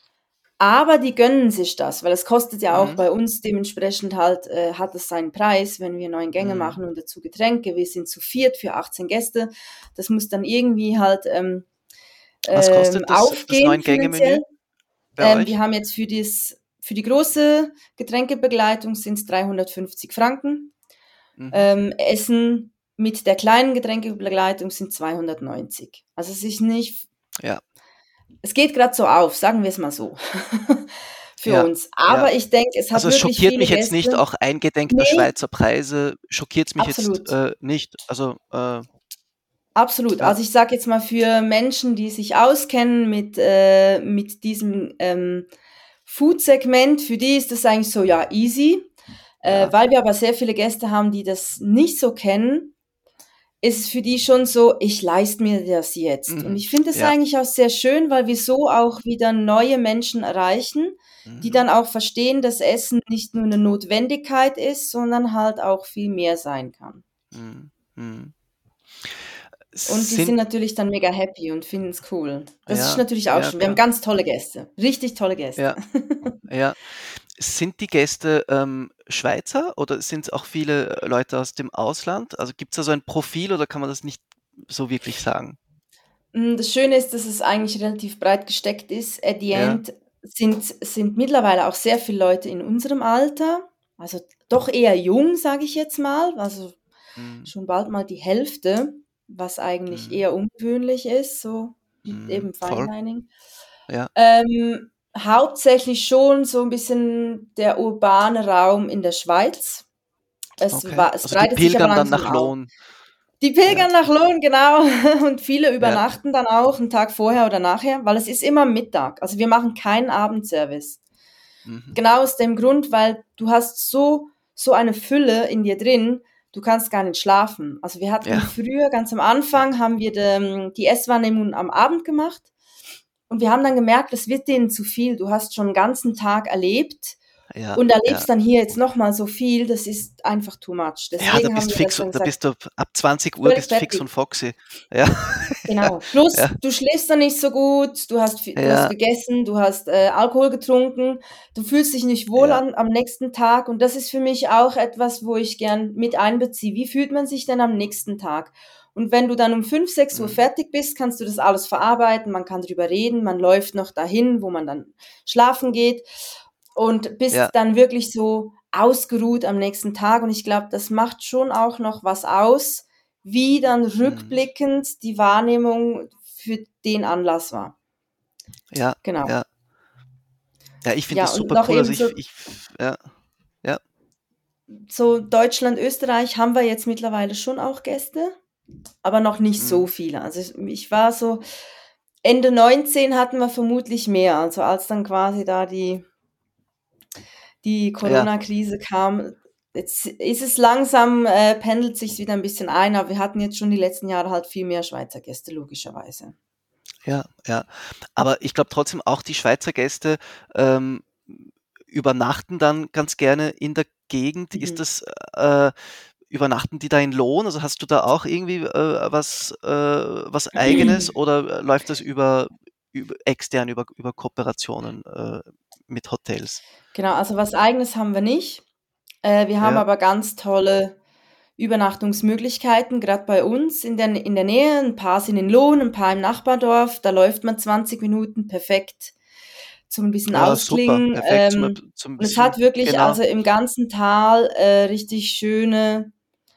aber die gönnen sich das, weil es kostet ja auch mhm. bei uns dementsprechend halt, äh, hat es seinen Preis, wenn wir neun Gänge Mhm. machen und dazu Getränke. Wir sind zu viert für achtzehn Gäste. Das muss dann irgendwie halt ähm, Was ähm, kostet das, das aufgehen Neun-Gänge-Menü finanziell. bei Ähm, wir euch? haben jetzt für, dies, für die große Getränkebegleitung sind es dreihundertfünfzig Franken. Mhm. Ähm, Essen mit der kleinen Getränkebegleitung sind zweihundertneunzig. Also es ist nicht, Ja, es geht gerade so auf, sagen wir es mal so, für ja, uns. ja. Aber ich denke, es hat Also es wirklich schockiert viele mich jetzt nicht, Gäste. auch eingedenk der Nee, Schweizer Preise, schockiert es mich jetzt absolut. äh, nicht. Also, äh, Absolut. ja, Also ich sage jetzt mal für Menschen, die sich auskennen mit, äh, mit diesem ähm, Food-Segment, für die ist das eigentlich so, ja, easy. Äh, ja, weil wir aber sehr viele Gäste haben, die das nicht so kennen, ist es für die schon so, ich leiste mir das jetzt. Und mhm. ich finde es Ja, eigentlich auch sehr schön, weil wir so auch wieder neue Menschen erreichen, die mhm. dann auch verstehen, dass Essen nicht nur eine Notwendigkeit ist, sondern halt auch viel mehr sein kann. Mhm. Mhm. Und die sind Sind, natürlich dann mega happy und finden es cool. Das ist ja, natürlich auch ja, schön. Wir haben klar. ganz tolle Gäste. Richtig tolle Gäste. Ja, ja. Sind die Gäste ähm, Schweizer oder sind es auch viele Leute aus dem Ausland? Also gibt es da so ein Profil oder kann man das nicht so wirklich sagen? Mm, Das Schöne ist, dass es eigentlich relativ breit gesteckt ist. At the Ja, end sind, sind mittlerweile auch sehr viele Leute in unserem Alter, also doch eher jung, sage ich jetzt mal, also mhm. schon bald mal die Hälfte, was eigentlich Mhm. eher ungewöhnlich ist, so mit Mhm. eben Fine Voll, Dining. ja, Ähm, hauptsächlich schon so ein bisschen der urbane Raum in der Schweiz. Es, okay. war, es Also die breitet sich aber pilgern dann langsam nach aus. Lohn. Die pilgern Ja. nach Lohn, genau. Und viele Ja. übernachten dann auch einen Tag vorher oder nachher, weil es ist immer Mittag. Also wir machen keinen Abendservice. Mhm. Genau aus dem Grund, weil du hast so, so eine Fülle in dir drin, du kannst gar nicht schlafen. Also wir hatten Ja. früher, ganz am Anfang, haben wir de, die Esswahrnehmung am Abend gemacht und wir haben dann gemerkt, das wird denen zu viel. Du hast schon einen ganzen Tag erlebt Ja. und erlebst Ja. dann hier jetzt nochmal so viel, das ist einfach too much. Ja, da Deswegen haben bist wir fix, das dann da gesagt, bist du ab zwanzig Uhr völlig bist fix fertig. und foxy. Ja. Genau. Plus, Ja. du schläfst dann nicht so gut, du hast, vi- du hast Ja. gegessen, du hast äh, Alkohol getrunken, du fühlst dich nicht wohl Ja. an, am nächsten Tag und das ist für mich auch etwas, wo ich gern mit einbeziehe. Wie fühlt man sich denn am nächsten Tag? Und wenn du dann um fünf, sechs Uhr Mhm. fertig bist, kannst du das alles verarbeiten, man kann drüber reden, man läuft noch dahin, wo man dann schlafen geht und bist Ja. dann wirklich so ausgeruht am nächsten Tag und ich glaube, das macht schon auch noch was aus, wie dann Mhm. rückblickend die Wahrnehmung für den Anlass war. Ja. Genau. Ja. Ja, ich finde Ja, das und super noch cool. Also eben so, ich, ich, ja. Ja. so Deutschland, Österreich haben wir jetzt mittlerweile schon auch Gäste, aber noch nicht so Mhm. viele. Also ich, ich war so, Ende neunzehn hatten wir vermutlich mehr, also als dann quasi da die, die Ja. Corona-Krise kam. Jetzt ist es langsam, äh, pendelt sich wieder ein bisschen ein, aber wir hatten jetzt schon die letzten Jahre halt viel mehr Schweizer Gäste, logischerweise. Ja, ja. Aber ich glaube trotzdem auch die Schweizer Gäste ähm, übernachten dann ganz gerne in der Gegend. Ist Mhm. das, äh, übernachten die da in Lohn? Also hast du da auch irgendwie äh, was, äh, was Eigenes oder äh, läuft das über, über extern, über, über Kooperationen äh, mit Hotels? Genau, also was Eigenes haben wir nicht. Äh, wir haben Ja, aber ganz tolle Übernachtungsmöglichkeiten, gerade bei uns in der, in der Nähe. Ein paar sind in Lohn, ein paar im Nachbardorf. Da läuft man zwanzig Minuten perfekt zum ein bisschen ja, super, Ausklingen. perfekt zum, Ähm, zum und es hat bisschen, wirklich genau. also im ganzen Tal äh, richtig schöne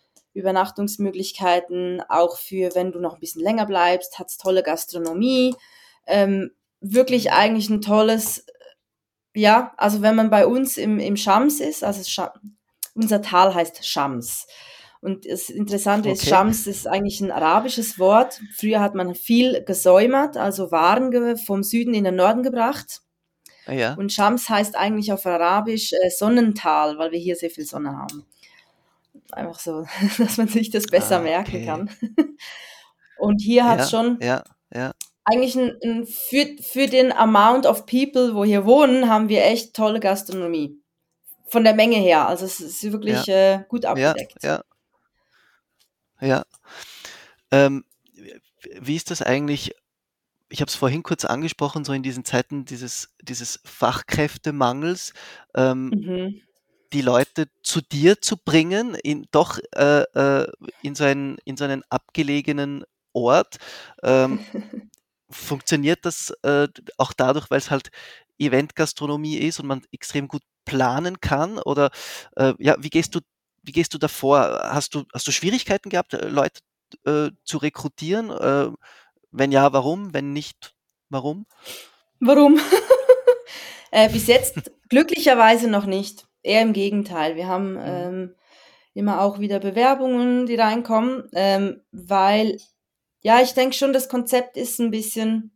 Übernachtungsmöglichkeiten, auch für, wenn du noch ein bisschen länger bleibst, hat es tolle Gastronomie. Ähm, wirklich Mhm. eigentlich ein tolles, ja, also wenn man bei uns im, im Schams ist, also Scha unser Tal heißt Schams. Und das Interessante ist, Okay. Schams ist eigentlich ein arabisches Wort. Früher hat man viel gesäumert, also Waren ge vom Süden in den Norden gebracht. Ah, ja. Und Schams heißt eigentlich auf Arabisch äh, Sonnental, weil wir hier sehr viel Sonne haben. Einfach so, dass man sich das besser Ah, merken okay. kann. Und hier hat es Ja, schon ja, ja, eigentlich ein, ein, für, für den Amount of people, wo hier wohnen, haben wir echt tolle Gastronomie. Von der Menge her. Also es ist ja, wirklich äh, gut ja, abgedeckt. ja, ja. Ähm, wie ist das eigentlich? Ich habe es vorhin kurz angesprochen, so in diesen Zeiten dieses, dieses Fachkräftemangels, ähm, Mhm. die Leute zu dir zu bringen, in doch äh, äh, in so einen, in so einen abgelegenen Ort. Ähm, funktioniert das äh, auch dadurch, weil es halt Eventgastronomie ist und man extrem gut planen kann? Oder äh, ja, wie gehst du, wie gehst du davor? Hast du, hast du Schwierigkeiten gehabt, äh, Leute äh, zu rekrutieren? Äh, wenn ja, warum? Wenn nicht, warum? Warum? äh, bis jetzt glücklicherweise noch nicht. Eher im Gegenteil. Wir haben Mhm. ähm, immer auch wieder Bewerbungen, die reinkommen, ähm, weil, ja, ich denke schon, das Konzept ist ein bisschen,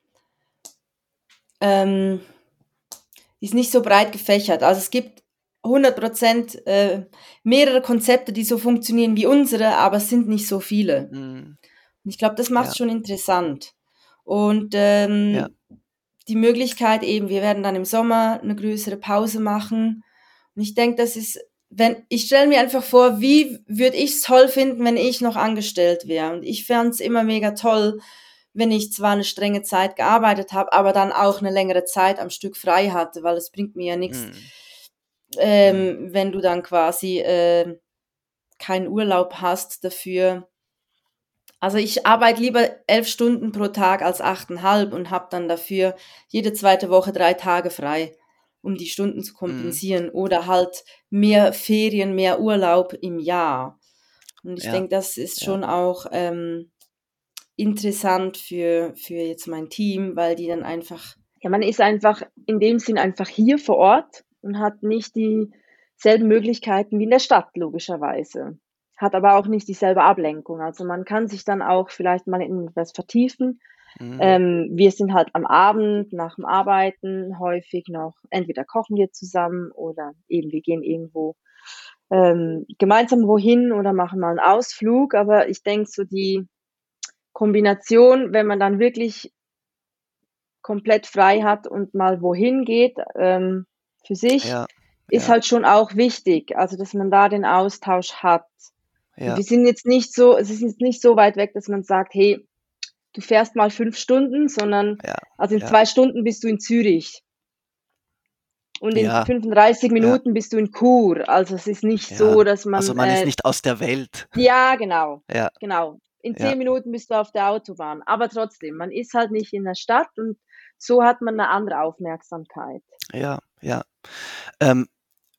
ähm, ist nicht so breit gefächert. Also es gibt hundert Prozent äh, mehrere Konzepte, die so funktionieren wie unsere, aber es sind nicht so viele. Mhm. Und ich glaube, das macht Ja, es schon interessant. Und ja, ähm, die Möglichkeit eben, wir werden dann im Sommer eine größere Pause machen. Und ich denke, das ist, wenn, ich stelle mir einfach vor, wie würde ich es toll finden, wenn ich noch angestellt wäre. Und ich fand es immer mega toll, wenn ich zwar eine strenge Zeit gearbeitet habe, aber dann auch eine längere Zeit am Stück frei hatte, weil es bringt mir ja nichts, mhm. Mhm. ähm, wenn du dann quasi äh, keinen Urlaub hast dafür. Also ich arbeite lieber elf Stunden pro Tag als achteinhalb und habe dann dafür jede zweite Woche drei Tage frei, um die Stunden zu Mhm. kompensieren oder halt mehr Ferien, mehr Urlaub im Jahr. Und ich Ja, denke, das ist ja, schon auch ähm, interessant für, für jetzt mein Team, weil die dann einfach, Ja, man ist einfach in dem Sinn einfach hier vor Ort und hat nicht dieselben Möglichkeiten wie in der Stadt, logischerweise. hat aber auch nicht dieselbe Ablenkung. Also man kann sich dann auch vielleicht mal in etwas vertiefen. Mhm. Ähm, wir sind halt am Abend nach dem Arbeiten häufig noch, entweder kochen wir zusammen oder eben wir gehen irgendwo ähm, gemeinsam wohin oder machen mal einen Ausflug. Aber ich denke, so die Kombination, wenn man dann wirklich komplett frei hat und mal wohin geht ähm, für sich, Ja, ist ja, halt schon auch wichtig. Also, dass man da den Austausch hat. Und ja, wir sind jetzt nicht so, es ist jetzt nicht so weit weg, dass man sagt, hey, du fährst mal fünf Stunden, sondern ja, also in ja, zwei Stunden bist du in Zürich und in ja, fünfunddreißig ja, Minuten bist du in Chur. Also es ist nicht ja. so, dass Also man, man ist äh, nicht aus der Welt. ja, genau, Ja, genau. In ja, zehn Minuten bist du auf der Autobahn. Aber trotzdem, man ist halt nicht in der Stadt und so hat man eine andere Aufmerksamkeit. ja, ja. Ähm,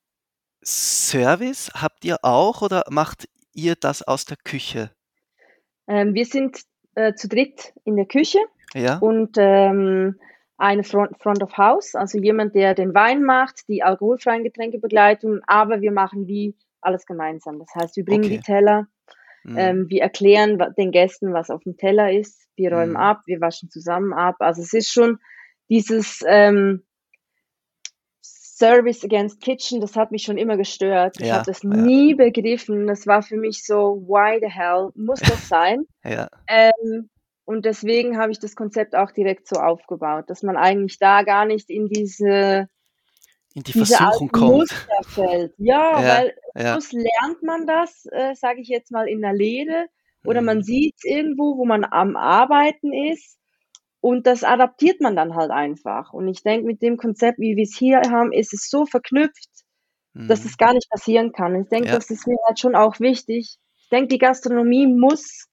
Service habt ihr auch oder macht ihr das aus der Küche? Ähm, wir sind äh, zu dritt in der Küche Ja, und ähm, eine Front, Front of House, also jemand, der den Wein macht, die alkoholfreien Getränkebegleitung, aber wir machen wie alles gemeinsam. Das heißt, wir bringen die okay. Teller, Mhm. ähm, wir erklären wa- den Gästen, was auf dem Teller ist, wir räumen Mhm. ab, wir waschen zusammen ab. Also es ist schon dieses ähm, Service Against Kitchen, das hat mich schon immer gestört. Ich habe Ja, das ja, nie begriffen. Das war für mich so, why the hell muss das sein? ja. Ähm, und deswegen habe ich das Konzept auch direkt so aufgebaut, dass man eigentlich da gar nicht in diese In die diese Versuchung alten kommt. Muster fällt. Ja, Ja, weil am ja. Schluss lernt man das, äh, sage ich jetzt mal, in der Lehre oder man Mhm. sieht's irgendwo, wo man am Arbeiten ist und das adaptiert man dann halt einfach. Und ich denke, mit dem Konzept, wie wir's hier haben, ist es so verknüpft, dass es Mhm. gar nicht passieren kann. Ich denke, Ja, das ist mir halt schon auch wichtig. Ich denke, die Gastronomie muss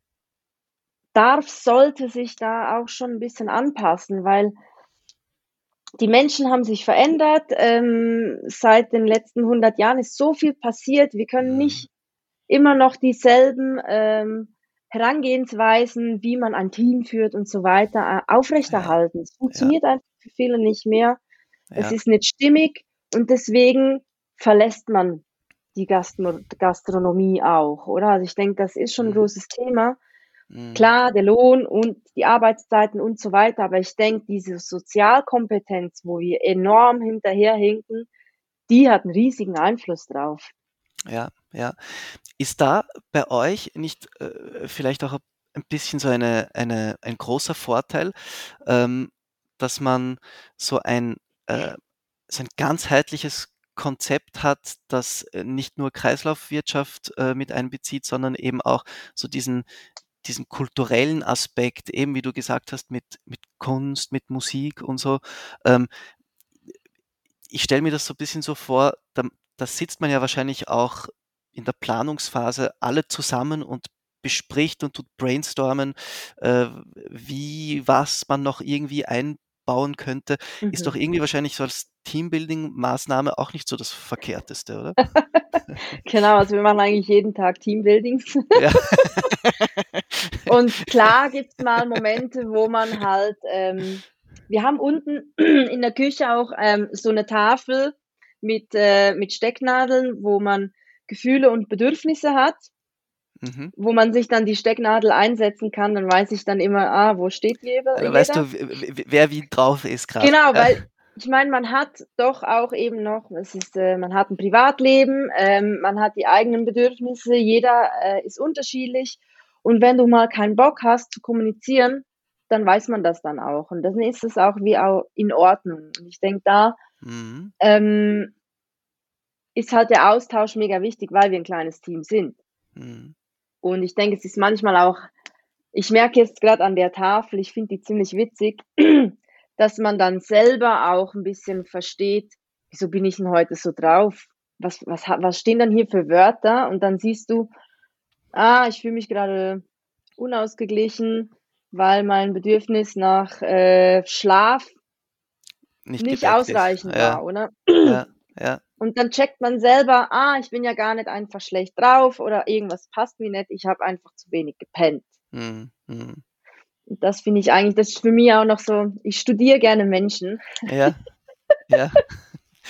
darf, sollte sich da auch schon ein bisschen anpassen, weil die Menschen haben sich verändert. Ähm, seit den letzten hundert Jahren ist so viel passiert. Wir können mhm. nicht immer noch dieselben ähm, Herangehensweisen, wie man ein Team führt und so weiter, äh, Ja, aufrechterhalten. Es ja, funktioniert einfach für viele nicht mehr. Es ja. ist nicht stimmig und deswegen verlässt man die Gastro Gastronomie auch, oder? Also ich denke, das ist schon ein Mhm. großes Thema. Mhm. Klar, der Lohn und die Arbeitszeiten und so weiter, aber ich denke, diese Sozialkompetenz, wo wir enorm hinterherhinken, die hat 'n riesigen Einfluss drauf. Ja, ja. Ist da bei euch nicht, äh, vielleicht auch ein bisschen so eine eine ein großer Vorteil, ähm, dass man so ein äh, so ein ganzheitliches Konzept hat, das, äh, nicht nur Kreislaufwirtschaft, äh, mit einbezieht, sondern eben auch so diesen diesen kulturellen Aspekt, eben wie du gesagt hast, mit mit Kunst, mit Musik und so. Ähm, ich stelle mir das so ein bisschen so vor, da da sitzt man ja wahrscheinlich auch in der Planungsphase alle zusammen und bespricht und tut brainstormen, äh, wie was man noch irgendwie einbauen könnte. Ist Mhm. doch irgendwie wahrscheinlich so als Teambuilding-Maßnahme auch nicht so das Verkehrteste, oder? Genau, also wir machen eigentlich jeden Tag Teambuildings. Ja. Und klar gibt's mal Momente, wo man halt ähm, wir haben unten in der Küche auch ähm, so 'ne Tafel mit äh, mit Stecknadeln, wo man Gefühle und Bedürfnisse hat, Mhm. wo man sich dann die Stecknadel einsetzen kann. Dann weiß ich dann immer, ah, wo steht jede Dann weißt jeder. du, w w wer wie drauf ist grad. Genau, Ja. weil ich meine, man hat doch auch eben noch es ist äh, man hat 'n Privatleben, ähm, man hat die eigenen Bedürfnisse, jeder, äh, ist unterschiedlich. Und wenn du mal keinen Bock hast zu kommunizieren, dann weiß man das dann auch. Und dann ist es auch wie au in Ordnung. Und ich denke, da, Mhm. ähm, ist halt der Austausch mega wichtig, weil wir 'n kleines Team sind. Mhm. Und ich denke, es ist manchmal auch ich merke jetzt grad an der Tafel, ich finde die ziemlich witzig, dass man dann selber auch 'n bisschen versteht: „Wieso bin ich 'n heute so drauf? Was was ha was stehen denn hier für Wörter?“ Und dann siehst du: „Ah, ich fühle mich grade unausgeglichen, weil mein Bedürfnis nach, äh, Schlaf Nicht nicht gedeckt ist. ausreichend Ja, war“, oder? ja, ja. Und dann checkt man selber: „Ah, ich bin ja gar nicht einfach schlecht drauf oder irgendwas passt mir nicht, ich habe einfach zu wenig gepennt.“ Mhm, mhm. Und das finde ich eigentlich das ist für mich auch noch so ich studiere gerne Menschen. Ja, ja.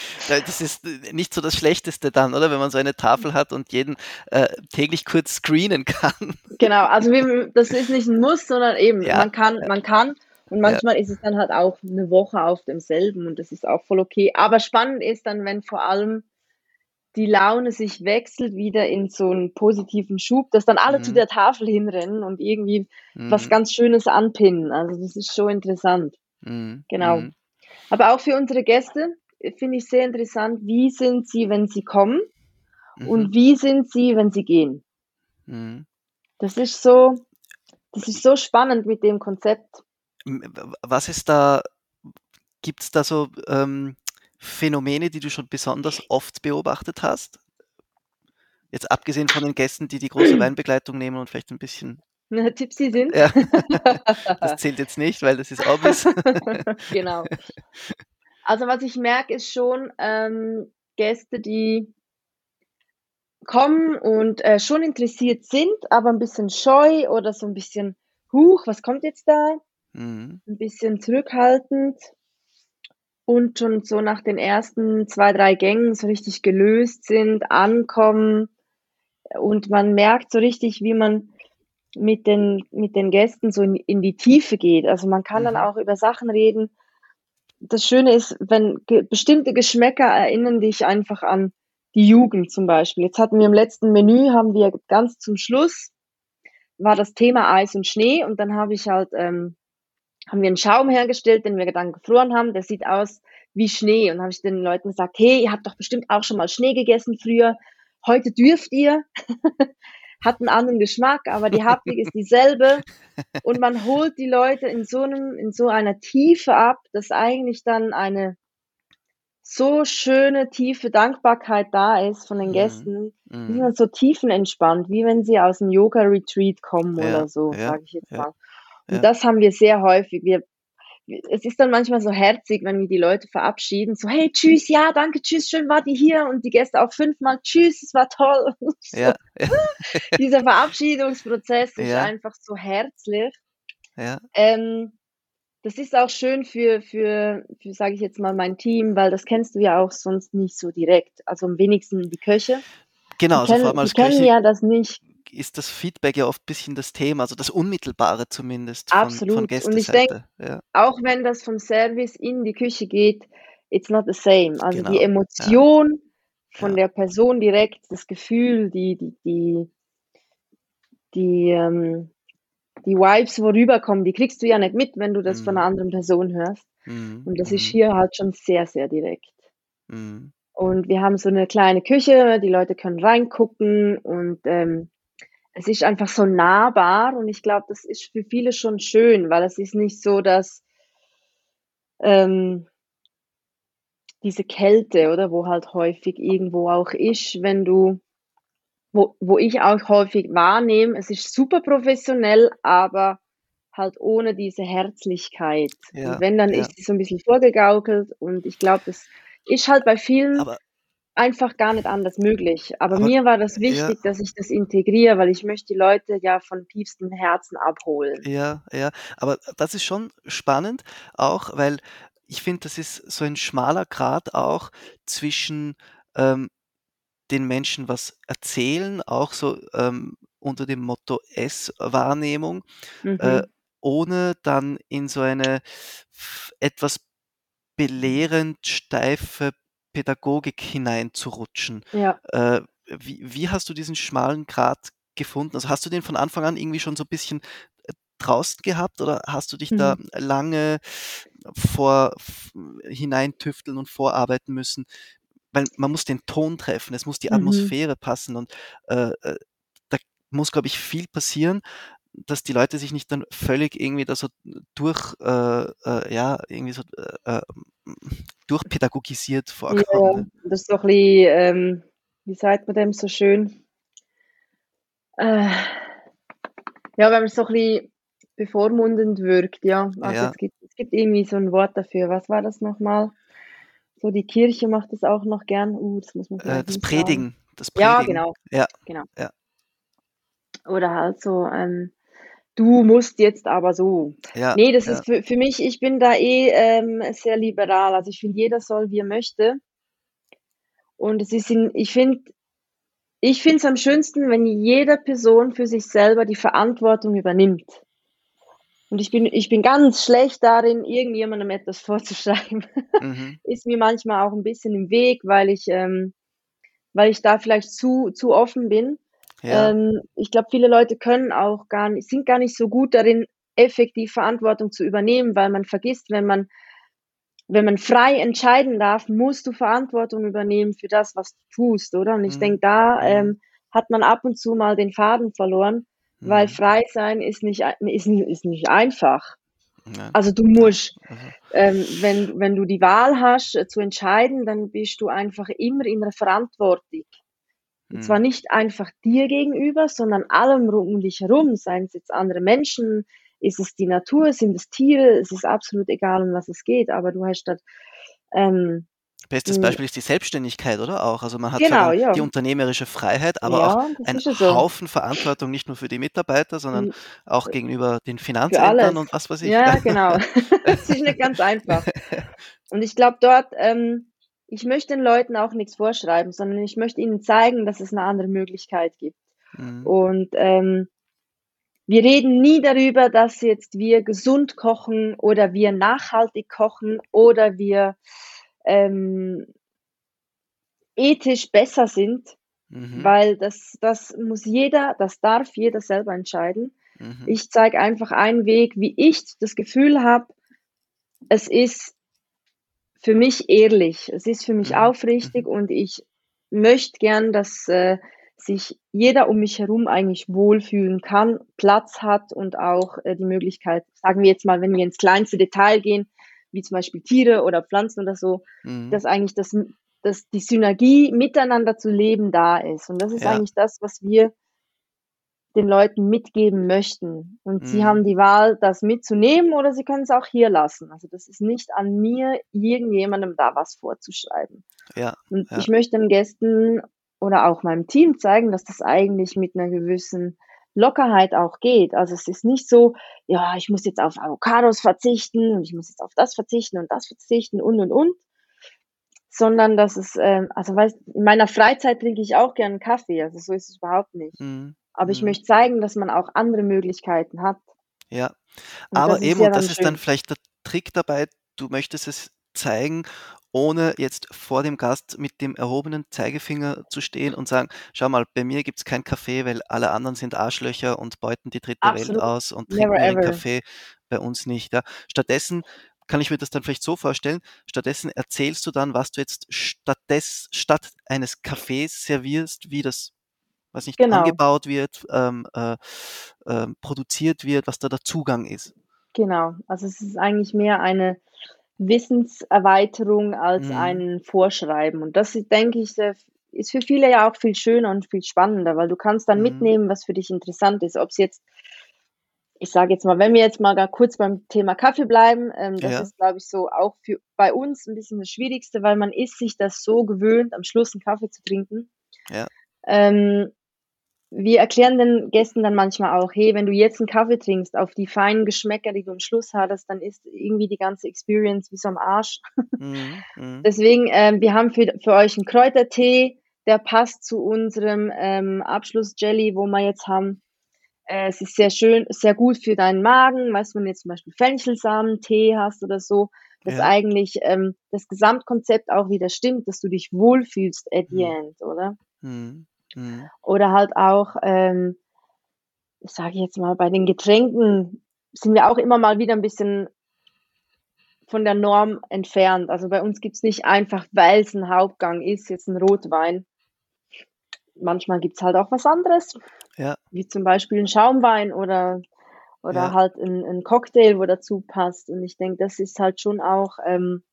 Das ist nicht so das Schlechteste dann, oder? Wenn man so eine Tafel hat und jeden äh, täglich kurz screenen kann. Genau, also wir, das ist nicht ein Muss, sondern eben, Ja, man kann, ja, man kann. Und ja. manchmal ist es dann halt auch eine Woche auf demselben und das ist auch voll okay. Aber spannend ist dann, wenn vor allem die Laune sich wechselt wieder in so einen positiven Schub, dass dann alle Mhm. zu der Tafel hinrennen und irgendwie was Mhm. ganz Schönes anpinnen. Also das ist schon interessant. Mhm. Genau. Mhm. Aber auch für unsere Gäste äh, finde ich sehr interessant, wie sind sie, wenn sie kommen Mhm. und wie sind sie, wenn sie gehen. Mhm. Das ist so, das ist so spannend mit dem Konzept. M- Was ist da, gibt es da so ähm, Phänomene, die du schon besonders oft beobachtet hast? Jetzt abgesehen von den Gästen, die die große Weinbegleitung nehmen und vielleicht ein bisschen, Tipsy sind. ja, das zählt jetzt nicht, weil das ist obvious. Genau. Also was ich merke, ist schon ähm, Gäste, die kommen und äh, schon interessiert sind, aber ein bisschen scheu oder so ein bisschen, huch, was kommt jetzt da? Mhm. Ein bisschen zurückhaltend und schon so nach den ersten zwei, drei Gängen so richtig gelöst sind, ankommen und man merkt so richtig, wie man mit den, mit den Gästen so in, in die Tiefe geht. Also man kann dann Mhm. auch über Sachen reden. Das Schöne ist, wenn ge bestimmte Geschmäcker erinnern dich einfach an die Jugend zum Beispiel. Jetzt hatten wir im letzten Menü, haben wir ganz zum Schluss, war das Thema Eis und Schnee und dann habe ich halt, ähm, haben wir einen Schaum hergestellt, den wir dann gefroren haben, der sieht aus wie Schnee und dann habe ich den Leuten gesagt, hey, ihr habt doch bestimmt auch schon mal Schnee gegessen früher, heute dürft ihr, hat einen anderen Geschmack, aber die Haptik ist dieselbe und man holt die Leute in so einem, in so einer Tiefe ab, dass eigentlich dann eine so schöne, tiefe Dankbarkeit da ist von den Mhm. Gästen. Die sind Mhm. dann so tiefenentspannt, wie wenn sie aus einem Yoga-Retreat kommen Ja, oder so, ja, sage ich jetzt ja, mal. Und ja. das haben wir sehr häufig. Wir, es ist dann manchmal so herzig, wenn wir die Leute verabschieden, so, hey, tschüss, ja, danke, tschüss, schön wart ihr hier und die Gäste auch fünfmal, tschüss, es war toll. So. Ja, ja, Dieser Verabschiedungsprozess ist ja, einfach so herzlich. ja. Ähm, das ist auch schön für, für, für sage ich jetzt mal, mein Team, weil das kennst du ja auch sonst nicht so direkt. Also am wenigsten die Köche. Genau, Die also vor kennen, allem die als kennen Köche ja das nicht. ist das Feedback ja oft ein bisschen das Thema, also das Unmittelbare zumindest von, von Absolut. Und ich denke, Gästeseite. Ja, auch wenn das vom Service in die Küche geht, it's not the same. Also die genau. Ja, Emotion von ja. der Person direkt, das Gefühl, die, die, die, die, ähm, die Vibes, wo rüberkommen, die kriegst du ja nicht mit, wenn du das von einer Mhm. anderen Person hörst. Mhm. Und das ist Mhm. hier halt schon sehr, sehr direkt. Mhm. Und wir haben so eine kleine Küche, die Leute können reingucken und ähm, es ist einfach so nahbar und ich glaube, das ist für viele schon schön, weil es ist nicht so, dass ähm, diese Kälte, oder, wo halt häufig irgendwo auch ist, wenn du, wo, wo ich auch häufig wahrnehme, es ist super professionell, aber halt ohne diese Herzlichkeit. Und Ja, wenn, dann ja. ist sie so ein bisschen vorgegaukelt und ich glaube, das ist halt bei vielen Aber, einfach gar nicht anders möglich. Aber aber mir war das ja, wichtig, dass ich das integriere, weil ich möchte die Leute ja von tiefstem Herzen abholen. ja, ja. Aber das ist schon spannend auch, weil ich finde, das ist so ein schmaler Grat auch zwischen ähm, den Menschen was erzählen, auch so ähm, unter dem Motto Esswahrnehmung, äh, Mhm. ohne dann in so eine f- etwas belehrend steife Pädagogik hineinzurutschen. Ja. Äh, wie, wie hast du diesen schmalen Grat gefunden? Also hast du den von Anfang an irgendwie schon so ein bisschen äh, draußen gehabt oder hast du dich da Mhm. lange vor f- hineintüfteln und vorarbeiten müssen? Weil man muss den Ton treffen, es muss die Mhm. Atmosphäre passen und äh, äh, da muss, glaube ich, viel passieren, dass die Leute sich nicht dann völlig irgendwie da so durch, äh, äh, ja, irgendwie so äh, äh, durchpädagogisiert Ja, ja. vorkommen. Das ist doch ein bisschen, ähm, wie sagt man dem so schön? Äh, ja, wenn man so ein bisschen bevormundend wirkt, ja. Also Ja, es gibt, es gibt irgendwie so ein Wort dafür. Was war das nochmal? So, die Kirche macht das auch noch gern. Uh, das muss man äh, vielleicht das nicht sagen. Predigen, das Ja, Predigen. genau, Ja, genau. ja, Oder halt so, ähm, du musst jetzt aber so. ja, Nee, das ja. ist für, für mich, ich bin da eh ähm, sehr liberal. Also ich finde, jeder soll, wie er möchte. Und es ist in, ich finde, ich finde es am schönsten, wenn jede Person für sich selber die Verantwortung übernimmt. Und ich bin, ich bin ganz schlecht darin, irgendjemandem etwas vorzuschreiben. Mhm. Ist mir manchmal auch ein bisschen im Weg, weil ich, ähm, weil ich da vielleicht zu, zu offen bin. Ja. Ähm, ich glaube, viele Leute können auch gar nicht, sind gar nicht so gut darin, effektiv Verantwortung zu übernehmen, weil man vergisst, wenn man, wenn man frei entscheiden darf, musst du Verantwortung übernehmen für das, was du tust, oder? Und ich denke, Mhm. da Mhm. ähm, hat man ab und zu mal den Faden verloren, weil Mhm. frei sein ist nicht, ein- ist, nicht- ist nicht einfach. Nein. Also du Nein. musst, Also, ähm, wenn, wenn du die Wahl hast, äh, zu entscheiden, dann bist du einfach immer in der Verantwortung. Und zwar mhm. nicht einfach dir gegenüber, sondern allem um dich herum, seien es jetzt andere Menschen, ist es die Natur, sind es Tiere, es ist absolut egal, um was es geht, aber du hast da, ähm, Bestes m- Beispiel ist die Selbstständigkeit, oder auch? Also man hat zwar genau, dann ja, die unternehmerische Freiheit, aber auch ja, das ein ist ja so. Haufen Verantwortung, nicht nur für die Mitarbeiter, sondern M- auch gegenüber den Für Finanzämtern alles. und was weiß ich. Ja, genau. Es ist nicht ganz einfach. Und ich glaube dort, ähm, ich möchte den Leuten auch nichts vorschreiben, sondern ich möchte ihnen zeigen, dass es eine andere Möglichkeit gibt. Mhm. Und ähm, wir reden nie darüber, dass jetzt wir gesund kochen oder wir nachhaltig kochen oder wir ähm, ethisch besser sind, Mhm. weil das, das muss jeder, das darf jeder selber entscheiden. Mhm. Ich zeige einfach einen Weg, wie ich das Gefühl habe, es ist für mich ehrlich, es ist für mich Mhm. aufrichtig Mhm. und ich möchte gern, dass äh, sich jeder um mich herum eigentlich wohlfühlen kann, Platz hat und auch äh, die Möglichkeit, sagen wir jetzt mal, wenn wir ins kleinste Detail gehen, wie zum Beispiel Tiere oder Pflanzen oder so, Mhm. dass eigentlich das, dass die Synergie miteinander zu leben da ist. Und das ist Ja. eigentlich das, was wir den Leuten mitgeben möchten. Und sie Mhm. haben die Wahl, das mitzunehmen oder sie können es auch hier lassen. Also das ist nicht an mir, irgendjemandem da was vorzuschreiben. Ja. Und Ja. ich möchte den Gästen oder auch meinem Team zeigen, dass das eigentlich mit einer gewissen Lockerheit auch geht. Also es ist nicht so, ja, ich muss jetzt auf Avocados verzichten und ich muss jetzt auf das verzichten und das verzichten und und und, sondern dass es, ähm, also weißt, in meiner Freizeit trinke ich auch gerne Kaffee, also so ist es überhaupt nicht. Mhm. Aber ich Mhm. möchte zeigen, dass man auch andere Möglichkeiten hat. Ja. Und Aber das ist eben, ja und dann das ist dann schön. vielleicht der Trick dabei, du möchtest es zeigen, ohne jetzt vor dem Gast mit dem erhobenen Zeigefinger zu stehen und sagen, schau mal, bei mir gibt es keinen Kaffee, weil alle anderen sind Arschlöcher und beuten die dritte Welt Absolut. aus und Never trinken ihren ever. Kaffee, bei uns nicht. Ja. Stattdessen kann ich mir das dann vielleicht so vorstellen, stattdessen erzählst du dann, was du jetzt stattdes, statt eines Kaffees servierst, wie das, was nicht Genau, angebaut wird, ähm, äh, ähm, produziert wird, was da der Zugang ist. genau. Also es ist eigentlich mehr eine Wissenserweiterung als Mhm. ein Vorschreiben. Und das ist, denke ich, sehr, ist für viele ja auch viel schöner und viel spannender, weil du kannst dann Mhm. mitnehmen, was für dich interessant ist. Ob es jetzt, ich sage jetzt mal, wenn wir jetzt mal gar kurz beim Thema Kaffee bleiben, ähm, das Ja, ist, glaube ich, so auch für bei uns ein bisschen das Schwierigste, weil man ist sich das so gewöhnt, am Schluss einen Kaffee zu trinken. ja. Ähm, Wir erklären den Gästen dann manchmal auch, hey, wenn du jetzt einen Kaffee trinkst, auf die feinen Geschmäcker, die du am Schluss hattest, dann ist irgendwie die ganze Experience wie so am Arsch. Mhm. Mhm. Deswegen, ähm, wir haben für, für euch einen Kräutertee, der passt zu unserem ähm, Abschlussjelly, wo wir jetzt haben. Äh, es ist sehr schön, sehr gut für deinen Magen, weißt du, wenn du jetzt zum Beispiel Fenchelsamen-Tee hast oder so, dass Ja. eigentlich ähm, das Gesamtkonzept auch wieder stimmt, dass du dich wohlfühlst at the Mhm. end, oder? Mhm. Mhm. Oder halt auch, ähm, sage ich jetzt mal, bei den Getränken sind wir auch immer mal wieder ein bisschen von der Norm entfernt. Also, bei uns gibt's nicht einfach, weil's 'n Hauptgang ist, jetzt 'n Rotwein. Manchmal gibt's halt auch was anderes, Ja, wie zum Beispiel 'n Schaumwein oder oder ja. halt 'n 'n Cocktail, wo dazu passt. Und ich denke, das ist halt schon auch, ähm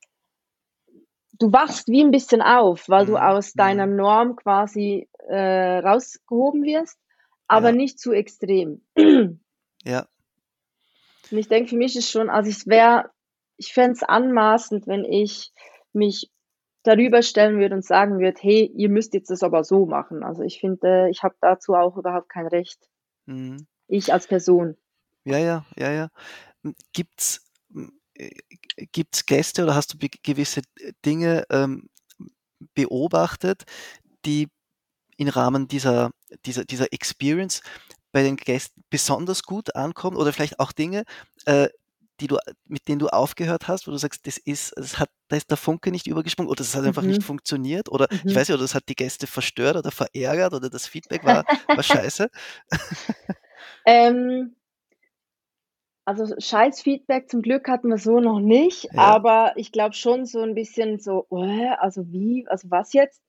du wachst wie 'n bisschen auf, weil du Mhm. aus deiner Mhm. Norm quasi, äh, rausgehoben wirst, aber Ja, nicht zu extrem. ja. Und ich denke, für mich ist schon, also ich wäre, ich fände es anmaßend, wenn ich mich darüber stellen würde und sagen würde, hey, ihr müsst jetzt das aber so machen. Also ich finde, ich habe dazu auch überhaupt kein Recht. Mhm. Ich als Person. Ja, ja, ja, ja. Hm, gibt's hm, äh, gibt's Gäste oder hast du be gewisse, äh, Dinge, ähm, beobachtet, die im Rahmen dieser, dieser, dieser Experience bei den Gästen besonders gut ankommen oder vielleicht auch Dinge, äh, die du, mit denen du aufgehört hast, wo du sagst, das ist, das hat, da ist der Funke nicht übergesprungen oder es hat einfach nicht Mhm. funktioniert oder ich Mhm. weiß nicht, oder das hat die Gäste verstört oder verärgert oder das Feedback war, war scheiße. Ähm, also scheiß Feedback zum Glück hatten wir so noch nicht, Ja, aber ich glaube schon so ein bisschen so, äh, also wie, also was jetzt?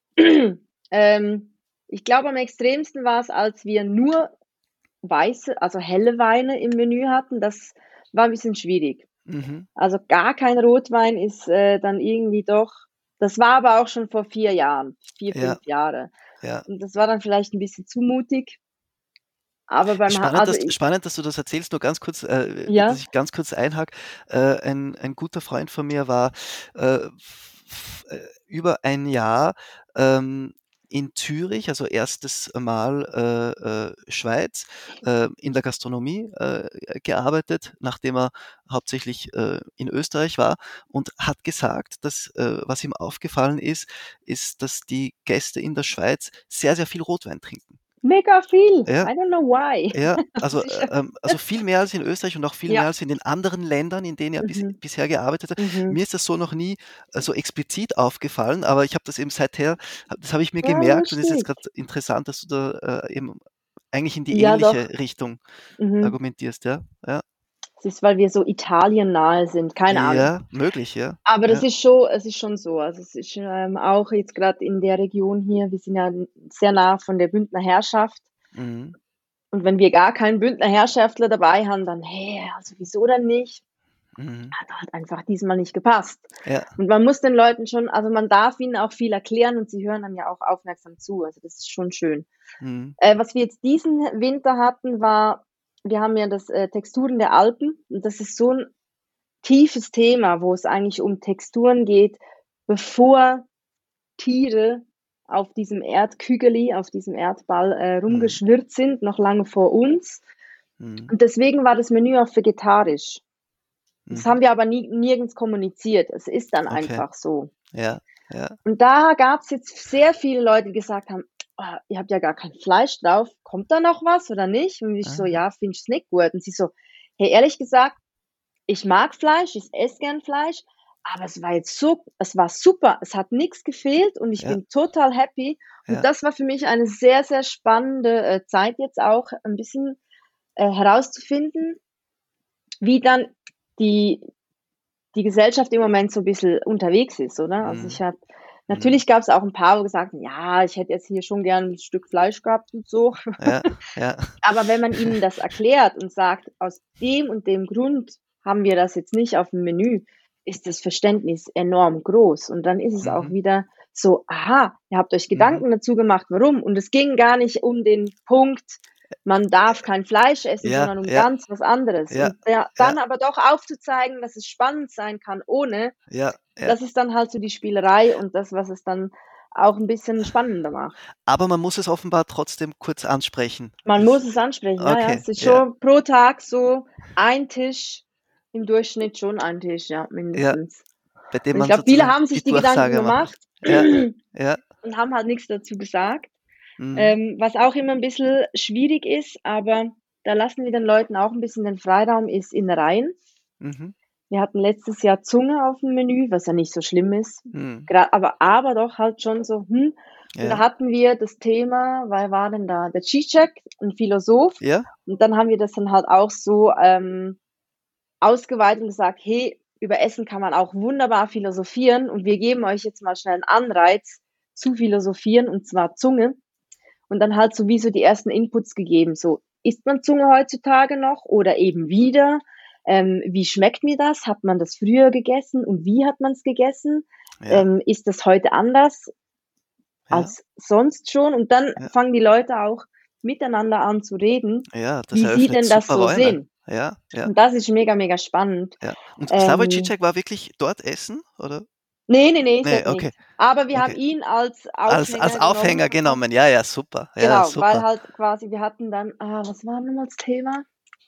Ähm, ich glaube, am extremsten war es, als wir nur weiße, also helle Weine im Menü hatten. Das war ein bisschen schwierig. mhm, Also gar kein Rotwein ist äh, dann irgendwie doch. Das war aber auch schon vor vier Jahren, vier, ja, fünf Jahre. ja. Und das war dann vielleicht ein bisschen zu mutig. Aber beim, Ha- Spannend, also dass, ich, spannend, dass du das erzählst, nur ganz kurz, äh, dass ja, ich ganz kurz einhake. Äh, ein, ein guter Freund von mir war äh, f- äh, über ein Jahr ähm, in Zürich, also erstes Mal äh, äh, Schweiz, äh, in der Gastronomie äh, gearbeitet, nachdem er hauptsächlich äh, in Österreich war und hat gesagt, dass äh, was ihm aufgefallen ist, ist, dass die Gäste in der Schweiz sehr, sehr viel Rotwein trinken. mega viel. Ja, I don't know why. ja, Also also, äh, sicher. ähm, also viel mehr als in Österreich und auch viel mehr Ja. als in den anderen Ländern, in denen er bis, Mhm. bisher gearbeitet hat. Mhm. Mir ist das so noch nie äh, so explizit aufgefallen, aber ich habe das eben seither, hab- das habe ich mir Ja, gemerkt und es ist jetzt lustig. gerade interessant, dass du da äh, eben eigentlich in die Ja, doch. ähnliche Richtung Mhm. argumentierst, ja? Ja, Es ist, weil wir so italiennahe sind, keine Ahnung. ja, möglich, ja. Aber das Ja, ist schon, es ist schon so. Also es ist ähm, auch jetzt gerade in der Region hier, wir sind ja sehr nah von der Bündner Herrschaft. mhm, Und wenn wir gar keinen Bündner Herrschaftler dabei haben, dann, hey, also wieso denn nicht? mhm, Hat halt einfach diesmal nicht gepasst. ja, Und man muss den Leuten schon, also man darf ihnen auch viel erklären und sie hören einem ja auch aufmerksam zu. Also das ist schon schön. mhm, Äh, was wir jetzt diesen Winter hatten, war, wir haben ja das äh, Texturen der Alpen und das ist so ein tiefes Thema, wo es eigentlich um Texturen geht, bevor Tiere auf diesem Erdkügeli, auf diesem Erdball äh, mhm, rumgeschwirrt sind, noch lange vor uns. mhm, Und deswegen war das Menü auch vegetarisch. Das mhm. haben wir aber nie, nirgends kommuniziert. Es ist dann Okay, einfach so. ja, ja, Und da gab es jetzt sehr viele Leute, die gesagt haben, ah, ihr habt ja gar kein Fleisch drauf, kommt da noch was oder nicht? Und ich so, ah, ja, finde ich nicht gut. Und sie so, hey, ehrlich gesagt, ich mag Fleisch, ich esse gern Fleisch, aber es war jetzt so, es war super, es hat nichts gefehlt und ich ja, bin total happy. Und ja, das war für mich eine sehr, sehr spannende äh, Zeit jetzt auch, ein bisschen äh, herauszufinden, wie dann die, die Gesellschaft im Moment so ein bisschen unterwegs ist, oder? Also ich mhm, habe, mhm, natürlich gab es auch ein paar, wo gesagt haben, ja, ich hätte jetzt hier schon gern ein Stück Fleisch gehabt und so. ja, ja, Aber wenn man ihnen das erklärt und sagt, aus dem und dem Grund haben wir das jetzt nicht auf dem Menü, ist das Verständnis enorm groß. Und dann ist es auch mhm, wieder so, aha, ihr habt euch mhm. Gedanken dazu gemacht, warum. Und es ging gar nicht um den Punkt, man darf kein Fleisch essen, Ja, sondern um ja, ganz was anderes. ja, Und der, ja, dann aber doch aufzuzeigen, dass es spannend sein kann, ohne, ja, ja. das ist dann halt so die Spielerei und das, was es dann auch ein bisschen spannender macht. Aber man muss es offenbar trotzdem kurz ansprechen. Man Das muss es ansprechen, ja, ja. okay, Es ist ja, schon pro Tag so ein Tisch, im Durchschnitt schon ein Tisch, ja, ja, mindestens. bei dem Und ich man glaube, viele sozusagen haben die sich die Gedanken Durchsage machen muss. gemacht Ja, und ja, haben halt nichts dazu gesagt. mhm, Ähm, was auch immer ein bisschen schwierig ist, aber da lassen wir den Leuten auch ein bisschen den Freiraum, ist Innereien. mhm, Wir hatten letztes Jahr Zunge auf dem Menü, was ja nicht so schlimm ist. mhm, Gra aber, aber doch halt schon so, hm. Und da ja, hatten wir das Thema, wer war denn da? Der Zizek, ein Philosoph. ja, Und dann haben wir das dann halt auch so ähm, ausgeweitet und gesagt, hey, über Essen kann man auch wunderbar philosophieren und wir geben euch jetzt mal schnell einen Anreiz zu philosophieren und zwar Zunge. Und dann halt so wie so die ersten Inputs gegeben, so isst man Zunge heutzutage noch oder eben wieder? Ähm, wie schmeckt mir das? Hat man das früher gegessen und wie hat man es gegessen? ja, Ähm, ist das heute anders ja, als sonst schon? Und dann ja, fangen die Leute auch miteinander an zu reden, ja, das wie sie eröffnet denn das super so Räume. sehen. Ja, ja, Und das ist mega, mega spannend. ja. Und Slavoj Ähm, Žižek war wirklich dort essen, oder? nee, nee, nee, ist Ne, dort okay, nicht. Aber wir haben okay. ihn als Als als Aufhänger genommen. Aufhänger genommen. Ja, ja, super. Ja, Genau, weil super. halt quasi wir hatten dann, ah, was war nochmal das Thema?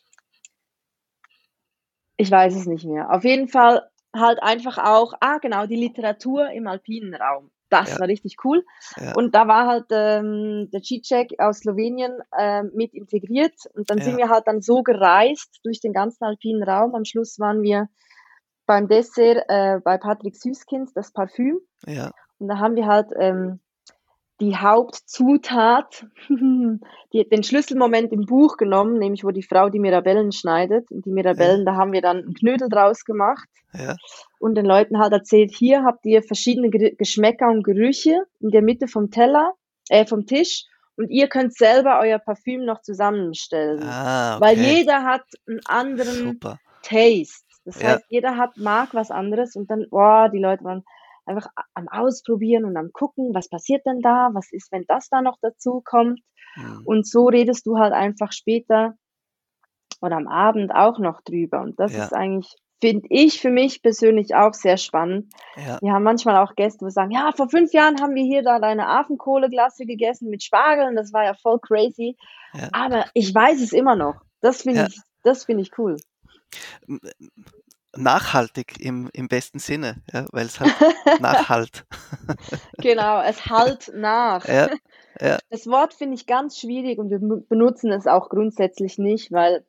Ich weiß es nicht mehr. Auf jeden Fall halt einfach auch, ah, genau, die Literatur im alpinen Raum. das Ja. war richtig cool. Ja. Und da war halt ähm, der Zizek aus Slowenien ähm, mit integriert. Und dann sind Ja. wir halt dann so gereist durch den ganzen alpinen Raum. Am Schluss waren wir beim Dessert äh, bei Patrick Süßkind, das Parfüm. Ja. Und da haben wir halt ähm, die Hauptzutat, die, den Schlüsselmoment im Buch genommen, nämlich wo die Frau die Mirabellen schneidet. Und die Mirabellen, da haben wir dann einen Knödel draus gemacht Ja. und den Leuten halt erzählt, hier habt ihr verschiedene Ge- Geschmäcker und Gerüche in der Mitte vom Teller, äh, vom Tisch, und ihr könnt selber euer Parfüm noch zusammenstellen. Ah, Weil okay. jeder hat einen anderen Super. Taste. Das Ja. heißt, jeder hat, mag was anderes, und dann, boah, die Leute waren einfach a- am Ausprobieren und am Gucken, was passiert denn da, was ist, wenn das da noch dazu kommt. Hm. Und so redest du halt einfach später oder am Abend auch noch drüber. Und das Ja. ist eigentlich, finde ich für mich persönlich auch sehr spannend. Ja. Wir haben manchmal auch Gäste, die sagen, ja, vor fünf Jahren haben wir hier da deine Affenkohleglasse gegessen mit Spargeln, das war ja voll crazy. Ja. Aber ich weiß es immer noch. Das finde Ja. ich, das finde ich cool. M- Nachhaltig im, im besten Sinne, ja, weil es halt nachhalt. Genau, es halt nach. Ja. Ja. Das Wort finde ich ganz schwierig und wir mu- benutzen es auch grundsätzlich nicht, weil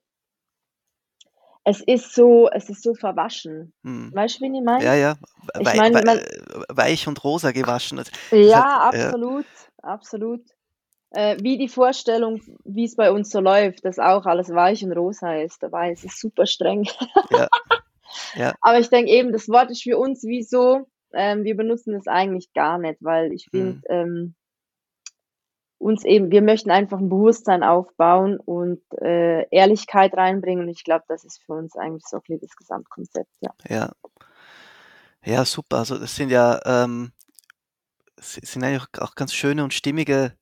es ist so, es ist so verwaschen. Hm. Weißt du, wen ich meine? Ja, ja. Ich Wei meine, wei man, weich und rosa gewaschen. Das das ist ja, halt, ja, absolut, absolut. Äh, wie die Vorstellung, wie es bei uns so läuft, dass auch alles weich und rosa ist. Dabei ist es super streng. ja, ja. Aber ich denke eben, das Wort ist für uns wie so, ähm, wir benutzen es eigentlich gar nicht, weil ich finde, Hm. ähm, uns eben, wir möchten einfach ein Bewusstsein aufbauen und äh, Ehrlichkeit reinbringen. Und ich glaube, das ist für uns eigentlich so ein bisschen das Gesamtkonzept, ja. Ja. Ja, super. Also das sind ja ähm, s- sind eigentlich auch auch ganz schöne und stimmige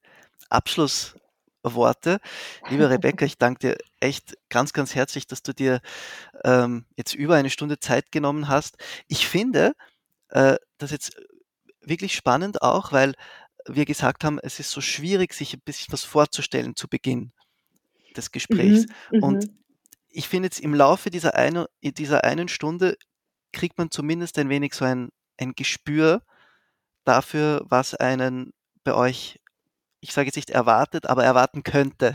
Abschlussworte. Liebe Rebecca, ich danke dir echt ganz, ganz herzlich, dass du dir ähm, jetzt über eine Stunde Zeit genommen hast. Ich finde äh, das jetzt wirklich spannend auch, weil wir gesagt haben, es ist so schwierig, sich ein bisschen was vorzustellen zu Beginn des Gesprächs. Mhm, Und mhm. ich finde jetzt im Laufe dieser, eine, dieser einen Stunde kriegt man zumindest ein wenig so ein, ein Gespür dafür, was einen bei euch, ich sage jetzt nicht erwartet, aber erwarten könnte.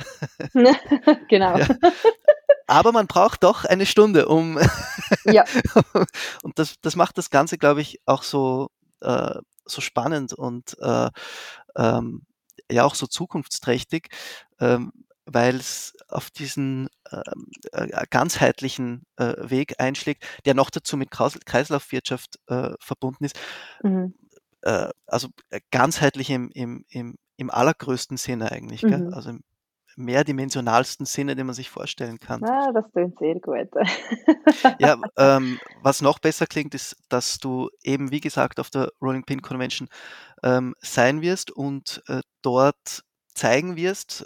Genau. Ja. Aber man braucht doch eine Stunde, um Ja. und das, das macht das Ganze, glaube ich, auch so, äh, so spannend und äh, ähm, ja auch so zukunftsträchtig, ähm, weil es auf diesen ähm, äh, ganzheitlichen äh, Weg einschlägt, der noch dazu mit Kreis Kreislaufwirtschaft äh, verbunden ist. Mhm. Äh, also äh, ganzheitlich im, im, im, im allergrößten Sinne eigentlich, gell? Mhm. Also im mehrdimensionalsten Sinne, den man sich vorstellen kann. Ah, das klingt sehr gut. Ja, ähm, was noch besser klingt, ist, dass du eben, wie gesagt, auf der Rolling Pin Convention ähm, sein wirst und äh, dort zeigen wirst,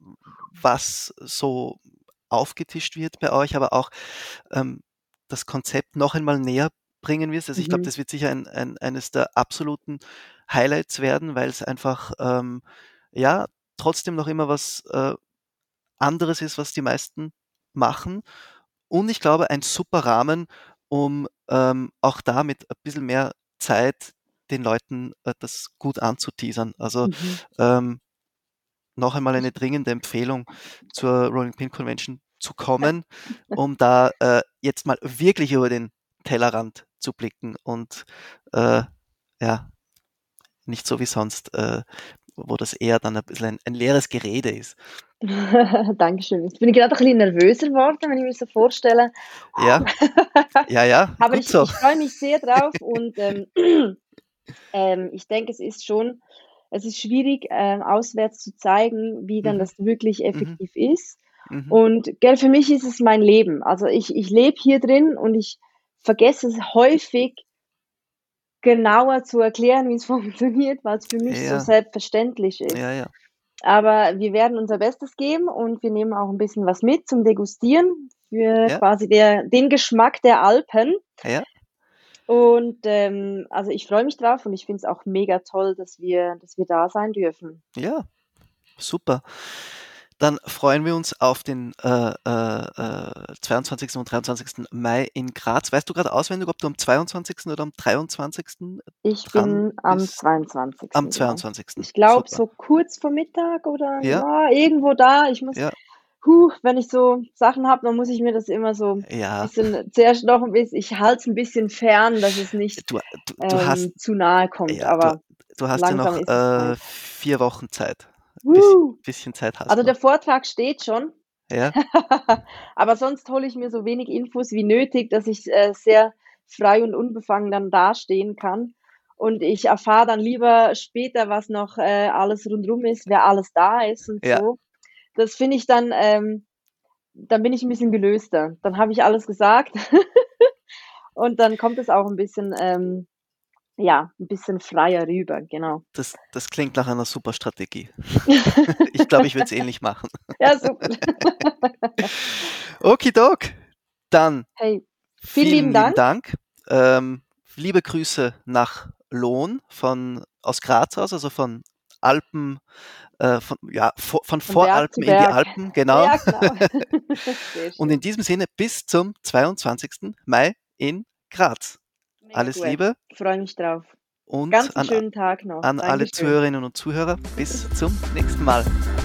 was so aufgetischt wird bei euch, aber auch ähm, das Konzept noch einmal näher bringen wirst. Also ich glaube, Mhm. das wird sicher ein, ein, eines der absoluten Highlights werden, weil es einfach ähm, ja trotzdem noch immer was äh, anderes ist, was die meisten machen. Und ich glaube, ein super Rahmen, um ähm, auch da mit ein bisschen mehr Zeit den Leuten äh, das gut anzuteasern. Also Mhm. ähm, noch einmal eine dringende Empfehlung, zur Rolling Pin Convention zu kommen, um da äh, jetzt mal wirklich über den Tellerrand zu blicken und äh, ja, nicht so wie sonst, äh, wo das eher dann ein bisschen ein, ein leeres Gerede ist. Dankeschön. Jetzt bin ich gerade ein bisschen nervöser geworden, wenn ich mir so vorstelle. Ja, ja, ja, Aber gut ich, so. ich freue mich sehr drauf und ähm, ähm, ich denke, es ist schon, es ist schwierig, ähm, auswärts zu zeigen, wie dann Mhm, das wirklich mhm, effektiv ist. mhm. Und gell, für mich ist es mein Leben. Also ich, ich lebe hier drin und ich vergesse es häufig genauer zu erklären, wie es funktioniert, weil es für mich so Ja, selbstverständlich ist. ja, ja, Aber wir werden unser Bestes geben und wir nehmen auch ein bisschen was mit zum Degustieren für ja, quasi der, den Geschmack der Alpen. ja, Und ähm, also ich freue mich drauf und ich finde es auch mega toll, dass wir, dass wir da sein dürfen. ja, super. Dann freuen wir uns auf den äh, äh, zweiundzwanzigsten und dreiundzwanzigsten Mai in Graz. Weißt du gerade auswendig, ob du am zweiundzwanzigsten oder am dreiundzwanzigsten Ich dran bin am bist? zweiundzwanzigsten Am genau. zweiundzwanzigsten Ich glaube, Super. so kurz vor Mittag oder Ja, ja, irgendwo da. Ich muss, ja, huh, wenn ich so Sachen habe, dann muss ich mir das immer so ein ja. bisschen zuerst noch ein bisschen, ich halte es ein bisschen fern, dass es nicht Du, du, du hast, ähm, zu nahe kommt, ja, du, aber du hast ja langsam noch ist es äh, soweit. vier Wochen Zeit. Bisschen, Woo! bisschen Zeit hast Also du der noch. Vortrag steht schon, Ja, aber sonst hole ich mir so wenig Infos wie nötig, dass ich äh, sehr frei und unbefangen dann dastehen kann. Und ich erfahre dann lieber später, was noch äh, alles rundrum ist, wer alles da ist und ja, so. Das finde ich dann, ähm, dann bin ich ein bisschen gelöster. Dann habe ich alles gesagt und dann kommt es auch ein bisschen, ähm, ja, ein bisschen freier rüber, genau. das, das klingt nach einer super Strategie. Ich glaube, ich würde es ähnlich machen. Ja, super. Okidok, dann Hey, vielen vielen lieben lieben Dank. Dank. Ähm, liebe Grüße nach Lohn von, aus Graz aus, also von Alpen, äh, von, ja, vo- von Von Berg Voralpen zu in die Berg. Alpen, genau. Ja, genau. Sehr Und schön. in diesem Sinne bis zum zweiundzwanzigsten Mai in Graz. Mega Alles gut. Liebe Ich freue mich drauf. und Ganz einen an, schönen Tag noch. an alle Dankeschön. Zuhörerinnen und Zuhörer bis zum nächsten Mal.